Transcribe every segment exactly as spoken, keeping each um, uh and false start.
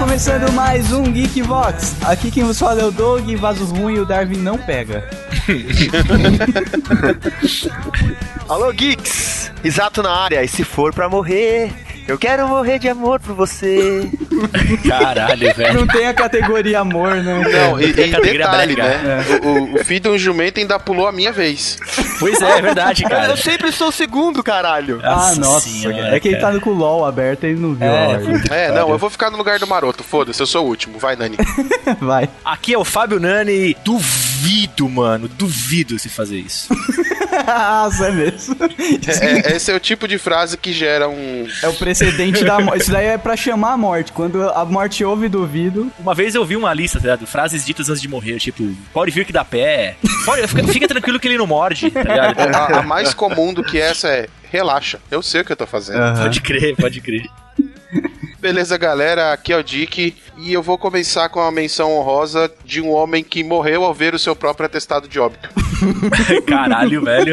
começando mais um Geek Vox. Aqui quem vos fala é o Doug, vasos ruins e o Darwin não pega. Alô, Geeks! Exato na área, e se for pra morrer, eu quero morrer de amor por você. Caralho, velho. Não tem a categoria amor, né? Não, e, e detalhe, brega. né? É. O, o filho de um jumento ainda pulou a minha vez. Pois é, é verdade, cara. Eu sempre sou o segundo, caralho. Ah, Nossa nossa. senhora, é que ele cara. tá com o LOL aberto e ele não viu É. a ordem. É, não, eu vou ficar no lugar do maroto. Foda-se, eu sou o último. Vai, Nani. Vai. Aqui é o Fábio Nani. Duvido, mano. Duvido se fazer isso. Nossa, é mesmo. É, esse é o tipo de frase que gera um... É o precedente da morte. Isso daí é pra chamar a morte. Quando a morte ouve, duvido. Uma vez eu vi uma lista, tá ligado? Frases ditas antes de morrer, tipo, pode vir que dá pé. Pode, fica, fica tranquilo que ele não morde, tá ligado? A, a mais comum do que essa é, relaxa, eu sei o que eu tô fazendo. Uhum. Pode crer, pode crer. Beleza, galera, aqui é o Dick e eu vou começar com uma menção honrosa de um homem que morreu ao ver o seu próprio atestado de óbito. Caralho, velho.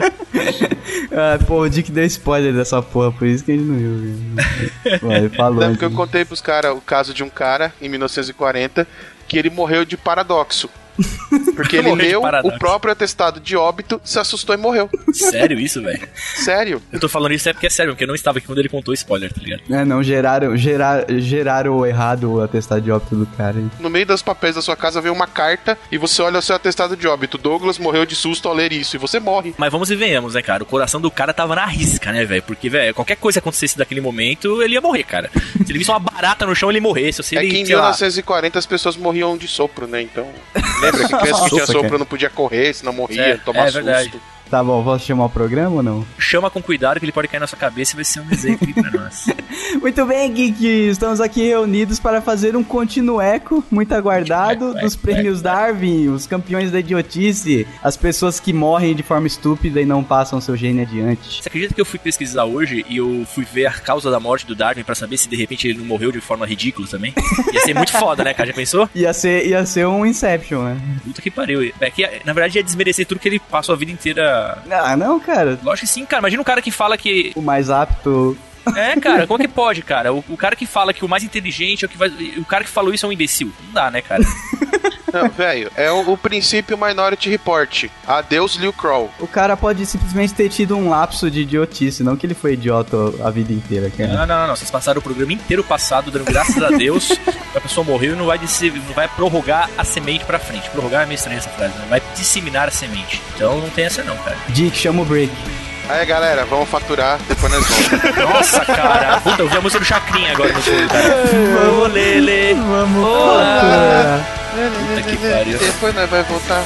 Ah, pô, o Dick deu spoiler dessa porra, por isso que a gente não viu. Pô, ele falou. Lembra que eu aqui. contei pros caras o caso de um cara, em mil novecentos e quarenta, que ele morreu de paradoxo. Porque ele Morreu de leu paradoxo. o próprio atestado de óbito, se assustou e morreu. Sério isso, velho? Sério. Eu tô falando isso é porque é sério, porque eu não estava aqui quando ele contou o spoiler, tá ligado? É, não, geraram, gerar, geraram errado o atestado de óbito do cara. No meio dos papéis da sua casa vem uma carta e você olha o seu atestado de óbito. Douglas morreu de susto ao ler isso e você morre. Mas vamos e venhamos, né, cara? O coração do cara tava na risca, né, velho? Porque, velho, qualquer coisa que acontecesse daquele momento, ele ia morrer, cara. Se ele visse uma barata no chão, ele ia morrer. Se É ele, que em sei lá, mil novecentos e quarenta as pessoas morriam de sopro, né? Então, lembra que criança que tinha Nossa, sopro cara. não podia correr, senão morria, É, tomar é verdade. susto. Tá bom, posso chamar o programa ou não? chama com cuidado que ele pode cair na sua cabeça e vai ser um exemplo aí pra nós. Muito bem, Geek, estamos aqui reunidos para fazer um continueco muito aguardado Ué, dos ué, prêmios ué. Darwin, os campeões da idiotice, as pessoas que morrem de forma estúpida e não passam seu gênio adiante. Você acredita que eu fui pesquisar hoje e eu fui ver a causa da morte do Darwin pra saber se de repente ele não morreu de forma ridícula também? Ia ser muito foda, né, cara? Já pensou? Ia ser, ia ser um Inception, né? Puta que pariu. É que, na verdade, ia desmerecer tudo que ele passou a vida inteira. Ah, não, cara. Lógico que sim, cara. Imagina um cara que fala que... O mais apto... É, cara, como é que pode, cara? O, o cara que fala que o mais inteligente é o que vai... O cara que falou isso é um imbecil. Não dá, né, cara? Não, velho, é o, o princípio Minority Report. Adeus, Liu Kroll. O cara pode simplesmente ter tido um lapso de idiotice, não que ele foi idiota a vida inteira, cara. Não, não, não. Vocês passaram o programa inteiro passado dando graças a Deus. A pessoa morreu e não vai, disse- não vai prorrogar a semente pra frente. Prorrogar é meio estranha essa frase, né? Vai disseminar a semente. Então não tem essa não, cara. Dick, chama o break. Aí, galera, vamos faturar, depois nós vamos. Nossa, cara. Puta, eu vi a música do Chacrinha agora no fundo, cara. Ô, Lele. Vamos Olá. faturar. Puta que pariu. Depois nós vamos voltar.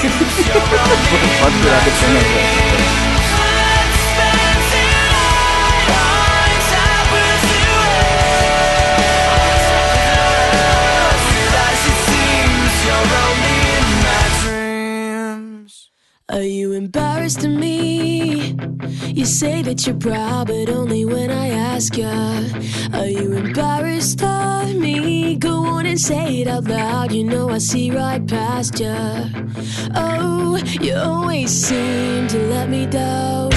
Faturar depois nós vamos. Are you embarrassed of me? You say that you're proud, but only when I ask ya. Are you embarrassed of me? Go on and say it out loud, you know I see right past ya. Oh, you always seem to let me down.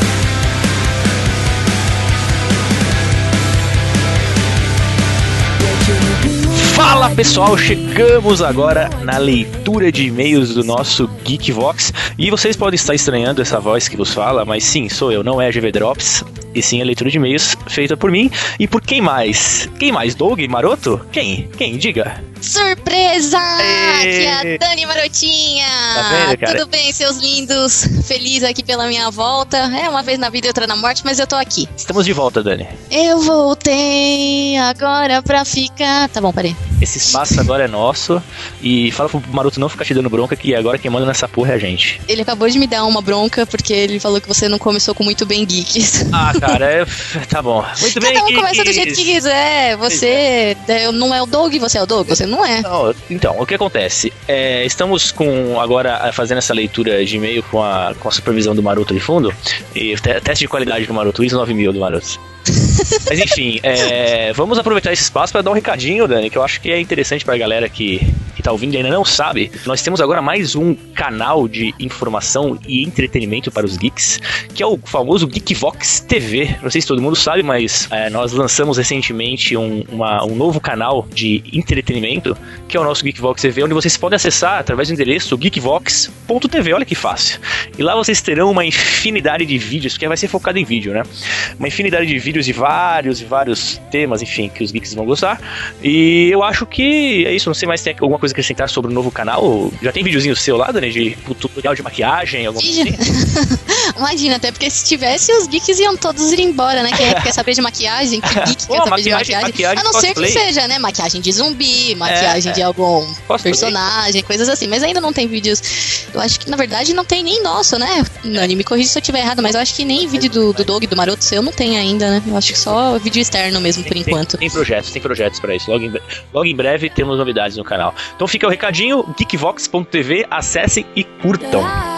Fala pessoal, chegamos agora na leitura de e-mails do nosso Geek Vox. E vocês podem estar estranhando essa voz que vos fala, mas sim, sou eu, não é a G V Drops. E sim a leitura de e-mails feita por mim. E por quem mais? Quem mais? Doug? Maroto? Quem? Quem? Diga. Surpresa! Ê! Aqui é a Dani Marotinha! Tá vendo, cara? Tudo bem, seus lindos? Feliz aqui pela minha volta. É uma vez na vida e outra na morte, mas eu tô aqui. Estamos de volta, Dani. Eu voltei agora pra ficar... Tá bom, parei. Esse espaço agora é nosso. E fala pro Maroto não ficar te dando bronca, que agora quem manda nessa porra é a gente. Ele acabou de me dar uma bronca porque ele falou que você não começou com muito bem geeks. Ah, cara, é... tá bom. Muito bem, Cada um geeks. começa do jeito que quiser. Você é, não é o Doug, você é o Doug. Você não é. Não, então, o que acontece? É, estamos com agora fazendo essa leitura de e-mail com a, com a supervisão do Maroto de fundo. E te, teste de qualidade do Maroto, I S O nove mil do Maroto. Mas enfim, é, vamos aproveitar esse espaço para dar um recadinho, Dani, que eu acho que é interessante pra galera que, que tá ouvindo e ainda não sabe, nós temos agora mais um canal de informação e entretenimento para os geeks, que é o famoso Geekvox T V. Não sei se todo mundo sabe, mas é, nós lançamos recentemente um, uma, um novo canal de entretenimento, que é o nosso Geekvox T V, onde vocês podem acessar através do endereço geekvox ponto t v. Olha que fácil. E lá vocês terão uma infinidade de vídeos, porque vai ser focado em vídeo, né? Uma infinidade de vídeos de vários e vários temas, enfim, que os geeks vão gostar. E eu acho que é isso. Não sei mais se tem alguma coisa a acrescentar sobre o novo canal. Já tem videozinho seu lá, Dani, de tutorial de maquiagem, alguma coisa assim? Imagina, até porque se tivesse, os geeks iam todos ir embora, né? Quem quer saber de maquiagem, que geek Pô, quer saber maquiagem, de maquiagem. maquiagem. A não ser cosplay. que seja, né? Maquiagem de zumbi, maquiagem É, de algum cosplay. personagem, coisas assim. Mas ainda não tem vídeos. Eu acho que, na verdade, não tem nem nosso, né? Nani, me corrija se eu estiver errado, mas eu acho que nem vídeo do, do Doug, do Maroto seu, não tem ainda, né? Eu acho que só vídeo externo mesmo, por Tem, enquanto. tem, tem projetos, tem projetos pra isso. Logo em, bre- logo em breve temos novidades no canal. Então fica o recadinho, geekvox ponto t v, acessem e curtam.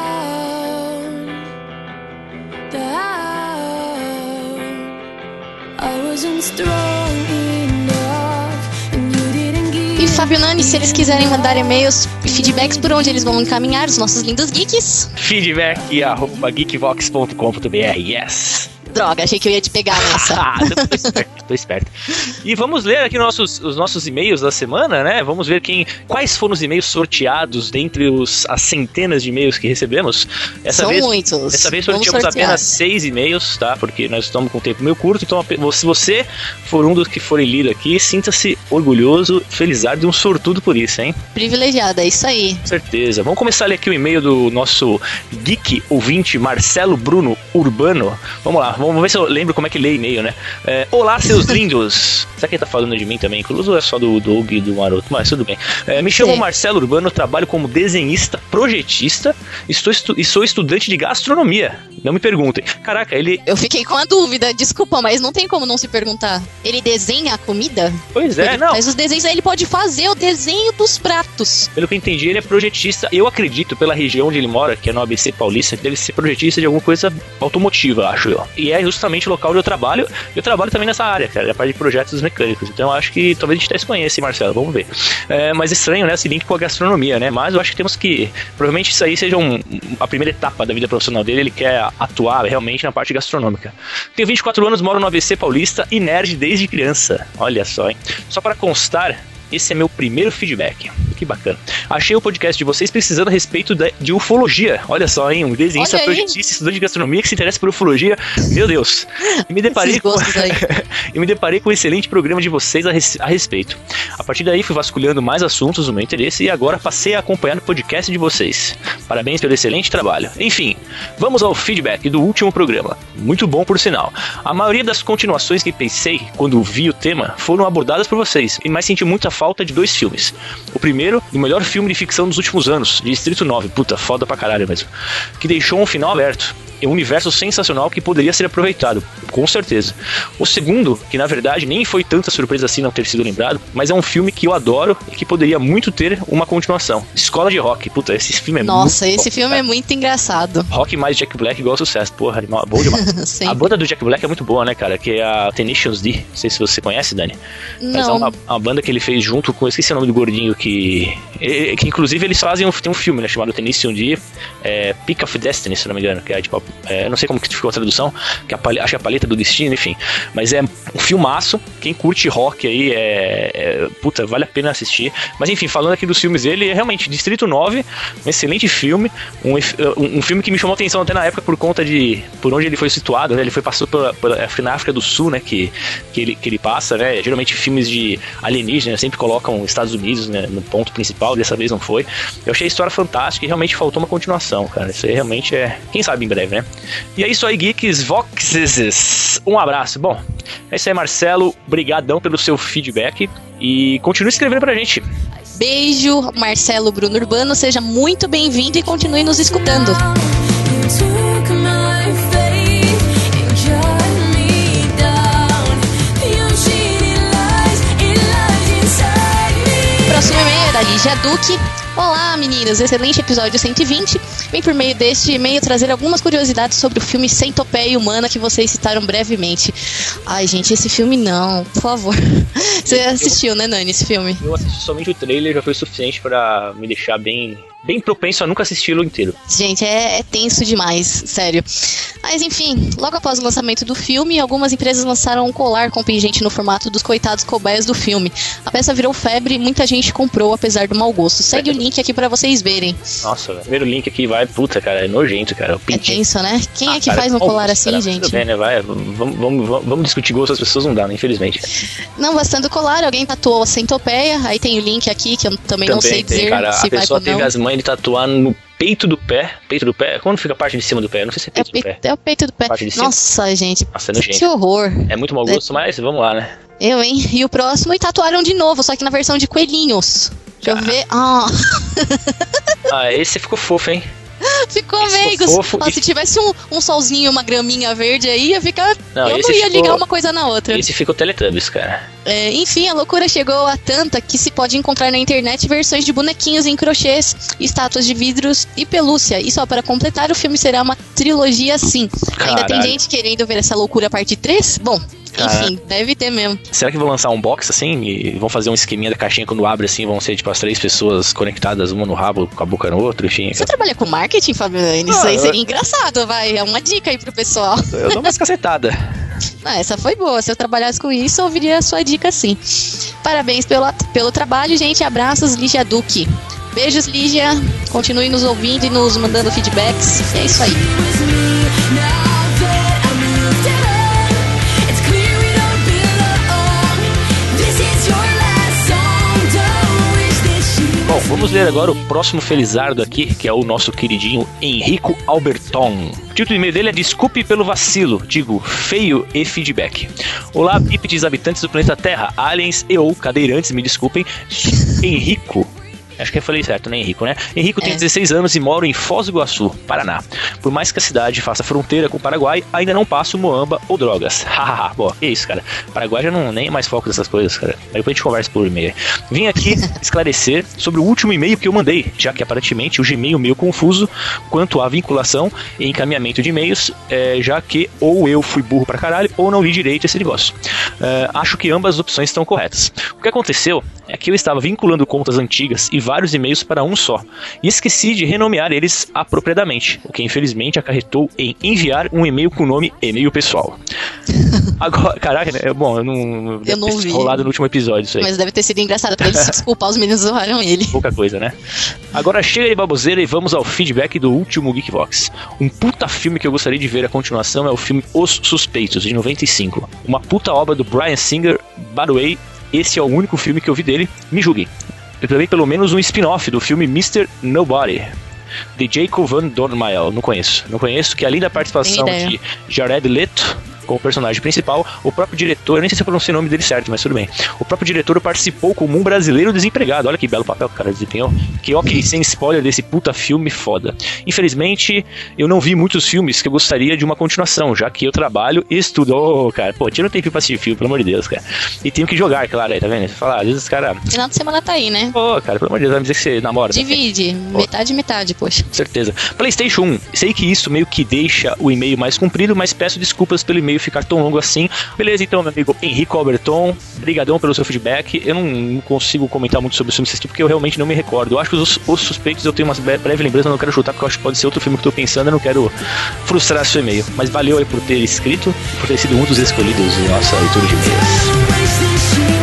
E Fábio Nani, se eles quiserem mandar e-mails e feedbacks, por onde eles vão encaminhar os nossos lindos geeks? Feedback arroba geekvox ponto com ponto b r. Yes! Droga, achei que eu ia te pegar nessa. Ah, eu tô esperto, tô esperto. E vamos ler aqui nossos, os nossos e-mails da semana, né? Vamos ver quem, quais foram os e-mails sorteados dentre os, as centenas de e-mails que recebemos. Essa São vez, muitos. Dessa vez Vamos sorteamos sortear. apenas seis e-mails, tá? Porque nós estamos com um tempo meio curto, então ape- se você for um dos que forem lidos aqui, sinta-se orgulhoso, felizardo e um sortudo por isso, hein? Privilegiada, é isso aí. Com certeza. Vamos começar a ler aqui o e-mail do nosso geek ouvinte Marcelo Bruno Urbano. Vamos lá, vamos ver se eu lembro como é que lê e-mail, né? É, Olá, seus lindos! Será que ele tá falando de mim também? Inclusive ou é só do Doug e do Maroto? Mas tudo bem. É, me chamo Sim. Marcelo Urbano, trabalho como desenhista, projetista estou estu- e sou estudante de gastronomia. Não me perguntem. Caraca, ele... Eu fiquei com a dúvida, desculpa, mas não tem como não se perguntar. Ele desenha a comida? Pois é, Ele não. faz os desenhos, ele pode fazer o desenho dos pratos. Pelo que eu entendi, ele é projetista. Eu acredito, pela região onde ele mora, que é no A B C Paulista, que deve ser projetista de alguma coisa automotiva, acho eu. E é justamente o local onde eu trabalho. Eu trabalho também nessa área, cara, a parte de projetos mecânicos. Então eu acho que talvez a gente até se conheça, Marcelo, vamos ver. É, mas estranho, né, esse link com a gastronomia, né? Mas eu acho que temos que... Provavelmente isso aí seja um, a primeira etapa da vida profissional dele. Ele quer atuar realmente na parte gastronômica. Tenho vinte e quatro anos, moro no A B C Paulista e nerd desde criança. Olha só, hein? Só para constar... Esse é meu primeiro feedback. Que bacana. Achei o podcast de vocês precisando a respeito de, de ufologia. Olha só, hein? Um desenhista, projetista, estudante de gastronomia que se interessa por ufologia. Meu Deus. E me deparei com... e me deparei com um excelente programa de vocês a, res... a respeito. A partir daí fui vasculhando mais assuntos do meu interesse e agora passei a acompanhar o podcast de vocês. Parabéns pelo excelente trabalho. Enfim, vamos ao feedback do último programa. Muito bom, por sinal. A maioria das continuações que pensei quando vi o tema foram abordadas por vocês, mas senti muita falta de dois filmes. O primeiro, o melhor filme de ficção dos últimos anos, de Distrito nove, puta, foda pra caralho mesmo, que deixou um final aberto. É um universo sensacional que poderia ser aproveitado, com certeza. O segundo, que na verdade nem foi tanta surpresa assim não ter sido lembrado, mas é um filme que eu adoro e que poderia muito ter uma continuação. Escola de Rock. Puta, esse filme é Nossa, muito esse bom, filme cara. é muito engraçado. Rock mais Jack Black igual sucesso. Porra, animal, bom demais. A banda do Jack Black é muito boa, né, cara? Que é a Tenacious D. Não sei se você conhece, Dani. Mas Não. é uma, uma banda que ele fez junto com... Eu esqueci o nome do gordinho que... é, que inclusive eles fazem um, tem um filme, né, chamado Tenacious D. É, Peak of Destiny, se não me engano. Que é tipo... É, não sei como que ficou a tradução, que a palha, acho que é a paleta do destino, enfim. Mas é um filmaço. Quem curte rock aí é, é. Puta, vale a pena assistir. Mas enfim, falando aqui dos filmes dele, é realmente Distrito nove, um excelente filme. Um, um, um filme que me chamou a atenção até na época por conta de. Por onde ele foi situado, né? Ele foi passou pela, pela, na África do Sul, né? Que, que, ele, que ele passa, né? Geralmente filmes de alienígenas sempre colocam os Estados Unidos, né, no ponto principal, dessa vez não foi. Eu achei a história fantástica e realmente faltou uma continuação, cara. Isso aí realmente é. Quem sabe em breve, né? E é isso aí, Geeks Voxes. Um abraço. Bom, é isso aí, Marcelo. Brigadão pelo seu feedback e continue escrevendo pra gente. Beijo, Marcelo Bruno Urbano. Seja muito bem-vindo e continue nos escutando. Próximo e-mail é da Lígia Duque. Olá, meninas, excelente episódio cento e vinte. Vem por meio deste e-mail trazer algumas curiosidades sobre o filme Centopeia Humana que vocês citaram brevemente. Ai, gente, esse filme não, por favor. Você assistiu, né, Nani, esse filme? Eu assisti somente o trailer, já foi suficiente pra me deixar bem... bem propenso a nunca assisti-lo inteiro. Gente, é, é tenso demais, sério. Mas enfim, logo após o lançamento do filme, algumas empresas lançaram um colar com pingente no formato dos coitados cobaias do filme. A peça virou febre e muita gente comprou, apesar do mau gosto. Segue é. o link aqui pra vocês verem. Nossa, o primeiro link aqui vai, puta, cara, é nojento, cara. É tenso, né? Quem ah, é que cara, faz um colar assim, cara, gente? Tudo bem, né? Vai, vamos, vamos, vamos, vamos discutir gosto das pessoas, não dá, né? Infelizmente. Não bastando colar, alguém tatuou a centopeia, aí tem o link aqui, que eu também, também não sei tem, dizer cara, se a vai pessoa ou teve não. as mães de tatuar no peito do pé. Peito do pé? Quando fica a parte de cima do pé? Eu não sei se é peito é do pé. É o peito do pé. Nossa, gente. Nossa, é nojento. Que horror. É muito mau gosto, é... mas vamos lá, né? Eu, hein? E o próximo, e tatuaram de novo, só que na versão de coelhinhos. Deixa ah. eu ver. Ah. ah, esse ficou fofo, hein? Ficou meio. Fofo ah, e... Se tivesse um, um solzinho, uma graminha verde aí, ia ficar. Não, eu não ia ficou... ligar uma coisa na outra. Esse ficou Teletubbies, cara. É, enfim, a loucura chegou a tanta que se pode encontrar na internet versões de bonequinhos em crochês, estátuas de vidros e pelúcia. E só para completar, o filme será uma trilogia sim. Caralho. Ainda tem gente querendo ver essa loucura parte três? Bom. Enfim, ah, deve ter mesmo. Será que vão lançar um box assim e vão fazer um esqueminha da caixinha quando abre assim? Vão ser tipo as três pessoas conectadas, uma no rabo com a boca no outro, enfim. Você trabalha com marketing, Fabiane? Isso ah, aí seria eu... engraçado, vai. É uma dica aí pro pessoal. Eu dou umas cacetadas. Ah, essa foi boa. Se eu trabalhasse com isso, eu ouviria a sua dica sim. Parabéns pelo, pelo trabalho, gente. Abraços, Lígia Duque. Beijos, Lígia. Continue nos ouvindo e nos mandando feedbacks. É isso aí. Bom, vamos ler agora o próximo felizardo aqui, que é o nosso queridinho Henrico Alberton. O título do e-mail dele é Desculpe pelo vacilo, digo, feio e feedback. Olá, bípedes habitantes do planeta Terra, aliens e ou cadeirantes, me desculpem. Henrico. Acho que eu falei certo, né, Henrico, né? Henrico tem é. dezesseis anos e mora em Foz do Iguaçu, Paraná. Por mais que a cidade faça fronteira com o Paraguai, ainda não passo moamba ou drogas. Hahaha, bom, que isso, cara. Paraguai já não nem é mais foco dessas coisas, cara. Aí depois a gente conversa por e-mail. Vim aqui esclarecer sobre o último e-mail que eu mandei, já que aparentemente o Gmail meio confuso quanto à vinculação e encaminhamento de e-mails, é, já que ou eu fui burro pra caralho ou não li direito esse negócio. É, acho que ambas as opções estão corretas. O que aconteceu é que eu estava vinculando contas antigas e vários e-mails para um só, e esqueci de renomear eles apropriadamente, o que infelizmente acarretou em enviar um e-mail com o nome e-mail pessoal. Agora, caraca, né? Bom, eu não, eu não vi. Rolado no último episódio isso aí. Mas deve ter sido engraçado pra eles se desculpar, os meninos zoaram ele. Pouca coisa, né? Agora chega de baboseira e vamos ao feedback do último Geekvox. Um puta filme que eu gostaria de ver a continuação é o filme Os Suspeitos, de noventa e cinco. Uma puta obra do Bryan Singer. By the way, esse é o único filme que eu vi dele, me julguem. Eu também pelo menos um spin-off do filme mister Nobody, de Jacob Van Dormael. Não conheço, não conheço, que além da participação de Jared Leto como personagem principal, o próprio diretor, eu nem sei se eu pronunciei o nome dele certo, mas tudo bem. O próprio diretor participou como um brasileiro desempregado. Olha que belo papel que o cara desempenhou. Que ok, sem spoiler desse puta filme foda. Infelizmente, eu não vi muitos filmes que eu gostaria de uma continuação, já que eu trabalho e estudo. Oh, cara, pô, tira um tempinho pra assistir filme, pelo amor de Deus, cara. E tenho que jogar, claro, aí, tá vendo? Falar, às vezes os caras... Final de semana tá aí, né? Pô, cara, pelo amor de Deus, vai me dizer que você namora. Divide, tá? Metade, metade, poxa. Com certeza. PlayStation um, sei que isso meio que deixa o e-mail mais comprido, mas peço desculpas pelo e-mail ficar tão longo assim. Beleza, então, meu amigo Henrico Alberton, brigadão pelo seu feedback. Eu não, não consigo comentar muito sobre o filme porque eu realmente não me recordo. Eu acho que os, os Suspeitos eu tenho uma breve lembrança, eu não quero chutar porque eu acho que pode ser outro filme que eu tô pensando, eu não quero frustrar seu e-mail. Mas valeu aí por ter escrito, por ter sido um dos escolhidos em nossa leitura de e-mails.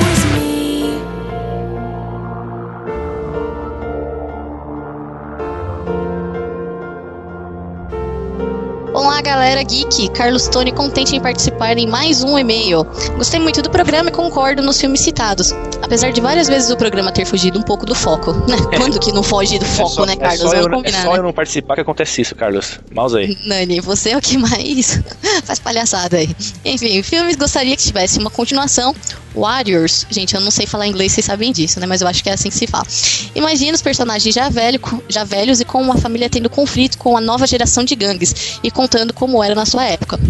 Olá, galera geek, Carlos Tony contente em participar em mais um e-mail. Gostei muito do programa e concordo nos filmes citados. Apesar de várias vezes o programa ter fugido um pouco do foco, né? É. Quando que não foge do foco, é só, né, Carlos? É só, eu, combinar, é só né? eu não participar que acontece isso, Carlos. Mouse aí. Nani, você é o que mais faz palhaçada aí. Enfim, filmes gostaria que tivesse uma continuação. Warriors, gente, eu não sei falar inglês, vocês sabem disso, né? Mas eu acho que é assim que se fala. Imagina os personagens já, velho, já velhos e com uma família tendo conflito com a nova geração de gangues e contando como era na sua época.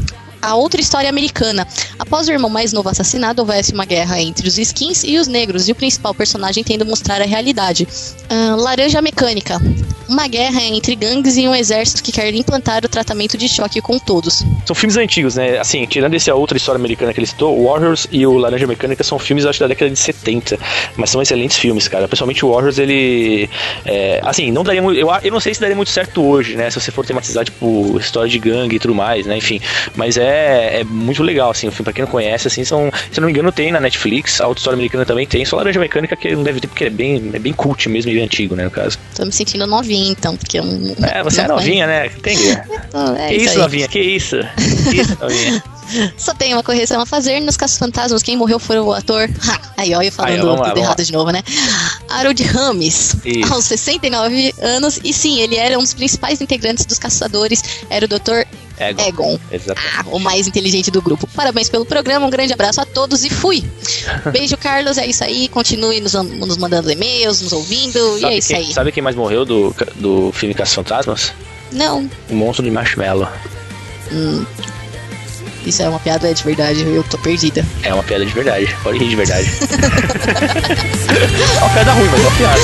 A Outra História Americana. Após o irmão mais novo assassinado, houvesse uma guerra entre os skins e os negros, e o principal personagem tendo mostrar a realidade. Uh, Laranja Mecânica. Uma guerra entre gangues e um exército que quer implantar o tratamento de choque com todos. São filmes antigos, né? Assim, tirando esse A Outra História Americana que ele citou, Warriors e o Laranja Mecânica são filmes, acho, da década de setenta. Mas são excelentes filmes, cara. Principalmente o Warriors, ele... É, assim, não daria muito... Eu, eu não sei se daria muito certo hoje, né? Se você for tematizar, tipo, história de gangue e tudo mais, né? Enfim. Mas é, é muito legal, assim. O filme, pra quem não conhece, assim, são... Se eu não me engano, tem na Netflix. A Outra História Americana também tem. Só Laranja Mecânica, que não deve ter, porque é bem, é bem cult mesmo e antigo, né, no caso. Tô me sentindo novinha, então, porque eu não... É, você é novinha, né? Tem que... É que isso, isso, aí. novinha? Que isso? Que isso, novinha? Só tem uma correção a fazer. Nos Casos Fantasmas, quem morreu foi o ator... Ha, aí, ó, eu falando aí, ó, lá, tudo errado lá. De novo, né? Harold Ramis, isso. Aos sessenta e nove anos. E sim, ele era um dos principais integrantes dos Caçadores. Era o doutor Egon. Egon. Ah, o mais inteligente do grupo. Parabéns pelo programa, um grande abraço a todos e fui. Beijo, Carlos, é isso aí. Continue nos, nos mandando e-mails, nos ouvindo. Sabe e é isso quem, aí. Sabe quem mais morreu do, do filme Caça Fantasmas? Não. O Monstro de Marshmallow. Hum. Isso é uma piada de verdade, eu tô perdida. É uma piada de verdade, pode rir de verdade. É uma piada ruim, mas é uma piada.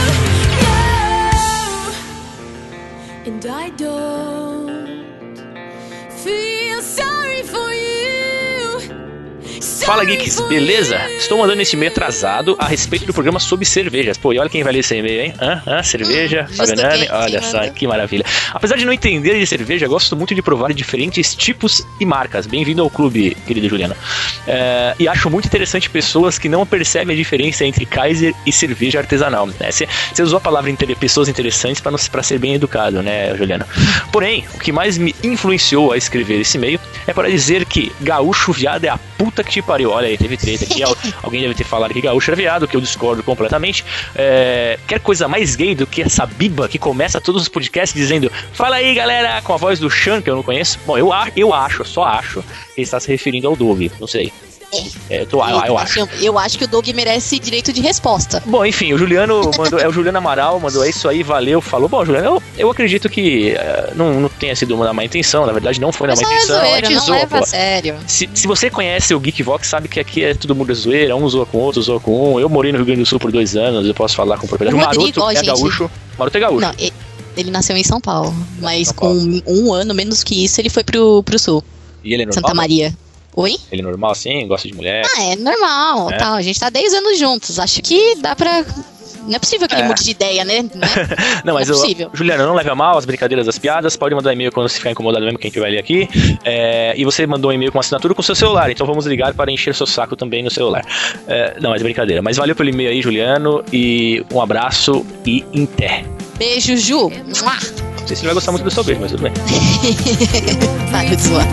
And I don't feel sorry for you. Fala, Geeks, beleza? Estou mandando esse e-mail atrasado a respeito do programa sobre cervejas. Pô, e olha quem vai ler esse e-mail, hein? Hã? Hã? Cerveja, hum, Fabianani, olha só, manda. Que maravilha. Apesar de não entender de cerveja, gosto muito de provar diferentes tipos e marcas. Bem-vindo ao clube, querida Juliana. É, e acho muito interessante pessoas que não percebem a diferença entre Kaiser e cerveja artesanal. Né? Você, você usou a palavra inter, pessoas interessantes para ser bem educado, né, Juliana? Porém, o que mais me influenciou a escrever esse e-mail é para dizer que gaúcho viado é a puta que te pariu. Olha aí, teve treta aqui. Alguém deve ter falado que gaúcho era viado, que eu discordo completamente. É, quer coisa mais gay do que essa biba que começa todos os podcasts dizendo: fala aí, galera, com a voz do Sean, que eu não conheço. Bom, eu, eu acho, só acho que ele está se referindo ao Doug, não sei. É, eu, tô, eu, eu, acho. eu acho que o Doug merece direito de resposta. Bom, enfim, o Juliano mandou, é o Juliano Amaral, mandou é isso aí, valeu, falou. Bom, Juliano, eu, eu acredito que uh, não, não tenha sido uma má intenção, na verdade não foi uma má intenção. É zoeira, não leva a sério. Se, se você conhece o Geekvox, sabe que aqui é tudo mundo de zoeira, um zoa com outro, zoa com um. Eu morei no Rio Grande do Sul por dois anos, eu posso falar com propriedade. O Maroto é gente. gaúcho. Maroto é gaúcho. Não, ele, ele nasceu em São Paulo, mas São Paulo. com um ano menos que isso ele foi pro, pro Sul. E ele é normal? Santa Maria. Oi? Ele é normal assim? Gosta de mulher? Ah, é normal. É. Tá, a gente tá dez anos juntos. Acho que dá pra... Não é possível que ele é. mude de ideia, né? Não, é? não, mas não é possível. Eu, Juliana, não leve a mal as brincadeiras, as piadas. Pode mandar e-mail quando você ficar incomodado mesmo, que a gente vai ler aqui. É, e você mandou um e-mail com assinatura com seu celular. Então vamos ligar para encher seu saco também no celular. É, não, mas brincadeira. Mas valeu pelo e-mail aí, Juliano. E um abraço e até. Beijo, Ju. Não sei se ele vai gostar muito do seu beijo, mas tudo bem. Para de zoar.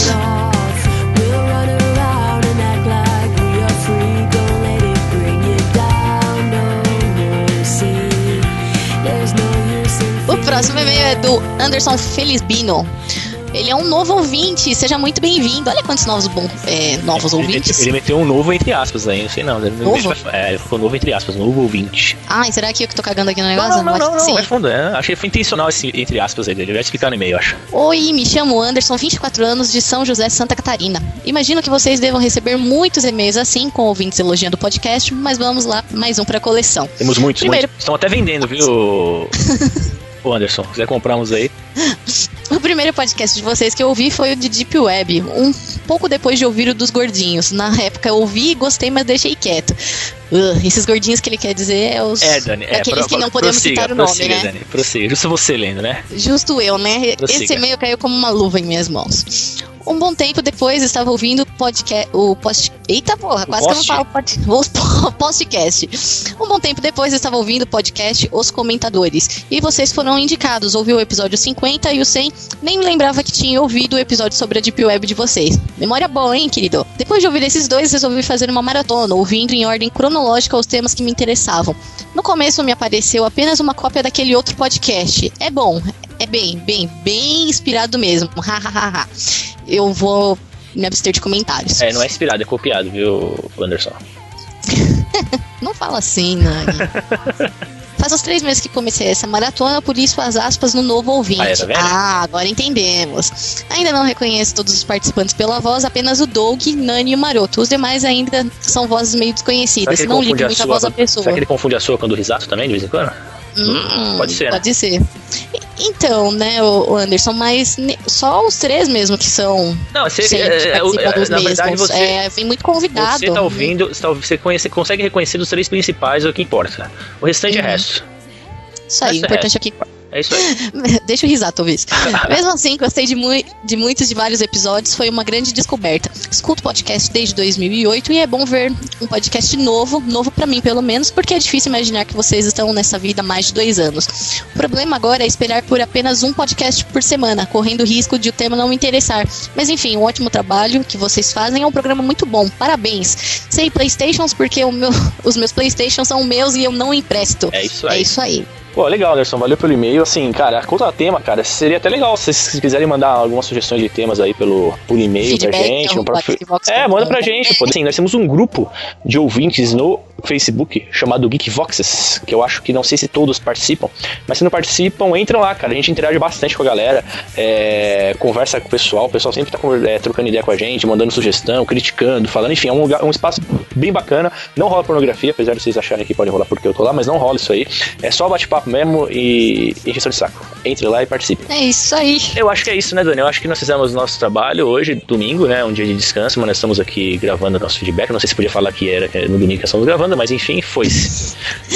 O próximo e-mail é do Anderson Felizbino. Ele é um novo ouvinte, seja muito bem-vindo. Olha quantos novos, bom, é, novos ele, ouvintes. Ele, ele meteu um novo entre aspas aí, não sei não. Novo? É, ele ficou novo entre aspas, novo ouvinte. Ah, e será que eu que tô cagando aqui no negócio? Não, não, não, não, não não é fundo, é, achei que foi intencional esse entre aspas aí dele, ele vai explicar no e-mail, acho. Oi, me chamo Anderson, vinte e quatro anos, de São José, Santa Catarina. Imagino que vocês devam receber muitos e-mails assim, com ouvintes elogiando o podcast, mas vamos lá, mais um pra coleção. Temos muitos, Primeiro... muitos. Estão até vendendo, viu, o Anderson, se quiser comprar uns aí. O primeiro podcast de vocês que eu ouvi foi o de Deep Web, um pouco depois de ouvir o dos gordinhos. Na época eu ouvi e gostei, mas deixei quieto. Uh, esses gordinhos que ele quer dizer é os é, Dani, é, aqueles pro, que não podemos prossiga, citar o nome, prossiga, né? Dani, prossiga, justo você lendo, né? Justo eu, né? Prossiga. Esse e-mail caiu como uma luva em minhas mãos. Um bom tempo depois estava ouvindo podcast, o post... Eita porra, quase post? que eu não falo pod... o podcast. Um bom tempo depois estava ouvindo o podcast Os Comentadores. E vocês foram indicados. Ouvi o episódio cinquenta e o cem. Nem me lembrava que tinha ouvido o episódio sobre a Deep Web de vocês. Memória boa, hein, querido? Depois de ouvir esses dois, resolvi fazer uma maratona, ouvindo em ordem cronológica os temas que me interessavam. No começo me apareceu apenas uma cópia daquele outro podcast. É bom, é bem, bem, bem inspirado mesmo. Hahaha. Eu vou me abster de comentários. É, não é inspirado, é copiado, viu, Anderson? Não fala assim, Nani. Faz uns três meses que comecei essa maratona, por isso as aspas no novo ouvinte. Ah, é, tá vendo? Ah, agora entendemos. Ainda não reconheço todos os participantes pela voz, apenas o Doug, Nani e o Maroto. Os demais ainda são vozes meio desconhecidas. Não ligo muito a voz da pessoa. Será que ele confunde a sua com a do Risato também, de vez em quando? Hum, pode ser, Pode né? ser. Então, né, o Anderson, mas só os três mesmo que são. Não, você, sempre é, participam é, dos na mesmos. verdade, você, é, vem muito convidado. Você tá ouvindo, você, tá, você, conhece, consegue reconhecer dos três principais o que importa. O restante Uhum. é resto. Isso aí, o importante é o que importa. É isso aí. Deixa eu risar, talvez. Mesmo assim, gostei de, mu- de muitos de vários episódios, foi uma grande descoberta. Escuto podcast desde dois mil e oito e é bom ver um podcast novo, novo pra mim pelo menos, porque é difícil imaginar que vocês estão nessa vida há mais de dois anos. O problema agora é esperar por apenas um podcast por semana, correndo o risco de o tema não me interessar. Mas enfim, um ótimo trabalho que vocês fazem, é um programa muito bom, parabéns. Sei Playstations porque o meu, os meus Playstations são meus e eu não empresto. É isso aí. É isso aí. Pô, legal, Anderson, valeu pelo e-mail. Assim, cara, quanto a tema, cara, seria até legal se vocês quiserem mandar algumas sugestões de temas aí pelo, por e-mail pra Feedback, gente. No arroba próprio... geekvox É, ponto com. manda pra gente. Pô. Assim, nós temos um grupo de ouvintes no Facebook chamado Geekvoxes, que eu acho que não sei se todos participam, mas se não participam, entram lá, cara. A gente interage bastante com a galera, é, conversa com o pessoal, o pessoal sempre tá é, trocando ideia com a gente, mandando sugestão, criticando, falando, enfim, é um, lugar, um espaço bem bacana. Não rola pornografia, apesar de vocês acharem que pode rolar porque eu tô lá, mas não rola isso aí. É só bate-papo mesmo e injeção de saco. Entre lá e participe. É isso aí. Eu acho que é isso, né, Dani? Eu acho que nós fizemos o nosso trabalho hoje, domingo, né? Um dia de descanso, mas nós estamos aqui gravando o nosso feedback. Não sei se podia falar que era no domingo que estamos gravando, mas enfim, foi-se.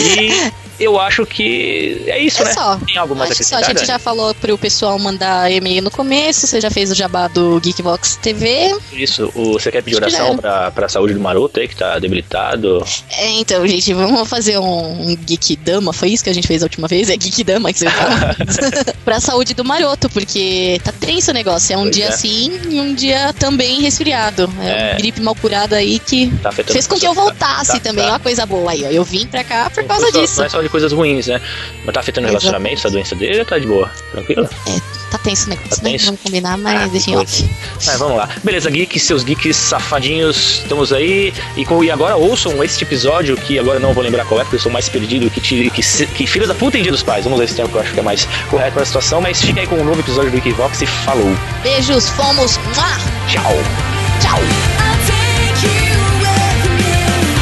E eu acho que é isso, É né? só. Tem algo mais a Acho só. acrescentar, A gente Dani? já falou pro pessoal mandar e-mail no começo, você já fez o jabá do Geekbox T V. Isso, o, você quer pedir Acho que oração já. pra, pra saúde do Maroto aí, que tá debilitado? É, então, gente, vamos fazer um, um Geek Dama, foi isso que a gente fez a última vez? É Geek Dama que você fala. Pra saúde do Maroto, porque tá tenso o negócio. É um Pois dia é. sim e um dia também resfriado. É, É. um gripe mal curada aí que Tá afetando fez com as que eu pessoas. voltasse Tá, também. tá. Uma coisa boa aí, ó. Eu vim pra cá por causa Não só- disso. Não é só de coisas ruins, né? Mas tá afetando o Exato. relacionamento, essa doença dele, ou tá de boa? Tranquilo? Tá tenso o negócio, Tá né? tenso? Vamos combinar, mas Ah, deixa em que off. coisa. Mas vamos lá. Beleza, geeks, seus geeks safadinhos, estamos aí. E, com, e agora ouçam este episódio, que agora não vou lembrar qual é, porque eu sou mais perdido que, te, que, se- que filho da puta em Dia dos Pais. Vamos usar esse termo que eu acho que é mais correto para a situação. Mas fica aí com um novo episódio do Geekvox e falou. Beijos, fomos. Mua! Tchau. Tchau. I'll take you with me.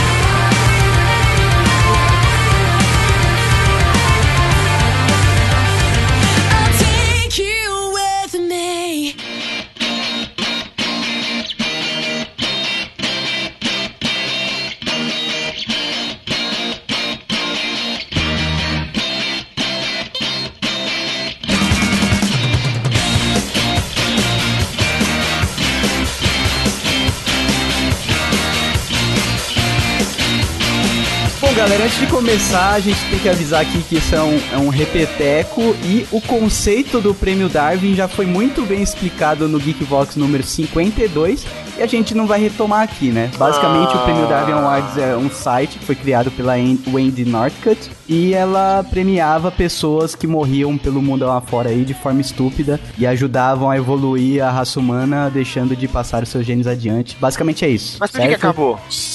I'll take you with me. Bom, galera, antes de começar, a gente tem que avisar aqui que isso é um, é um repeteco e o conceito do Prêmio Darwin já foi muito bem explicado no Geekvox número cinquenta e dois e a gente não vai retomar aqui, né? Basicamente, Ah. o Prêmio Darwin Awards é um site que foi criado pela An- Wendy Northcutt e ela premiava pessoas que morriam pelo mundo afora aí de forma estúpida e ajudavam a evoluir a raça humana, deixando de passar os seus genes adiante. Basicamente é isso. Mas por que, que certo? acabou?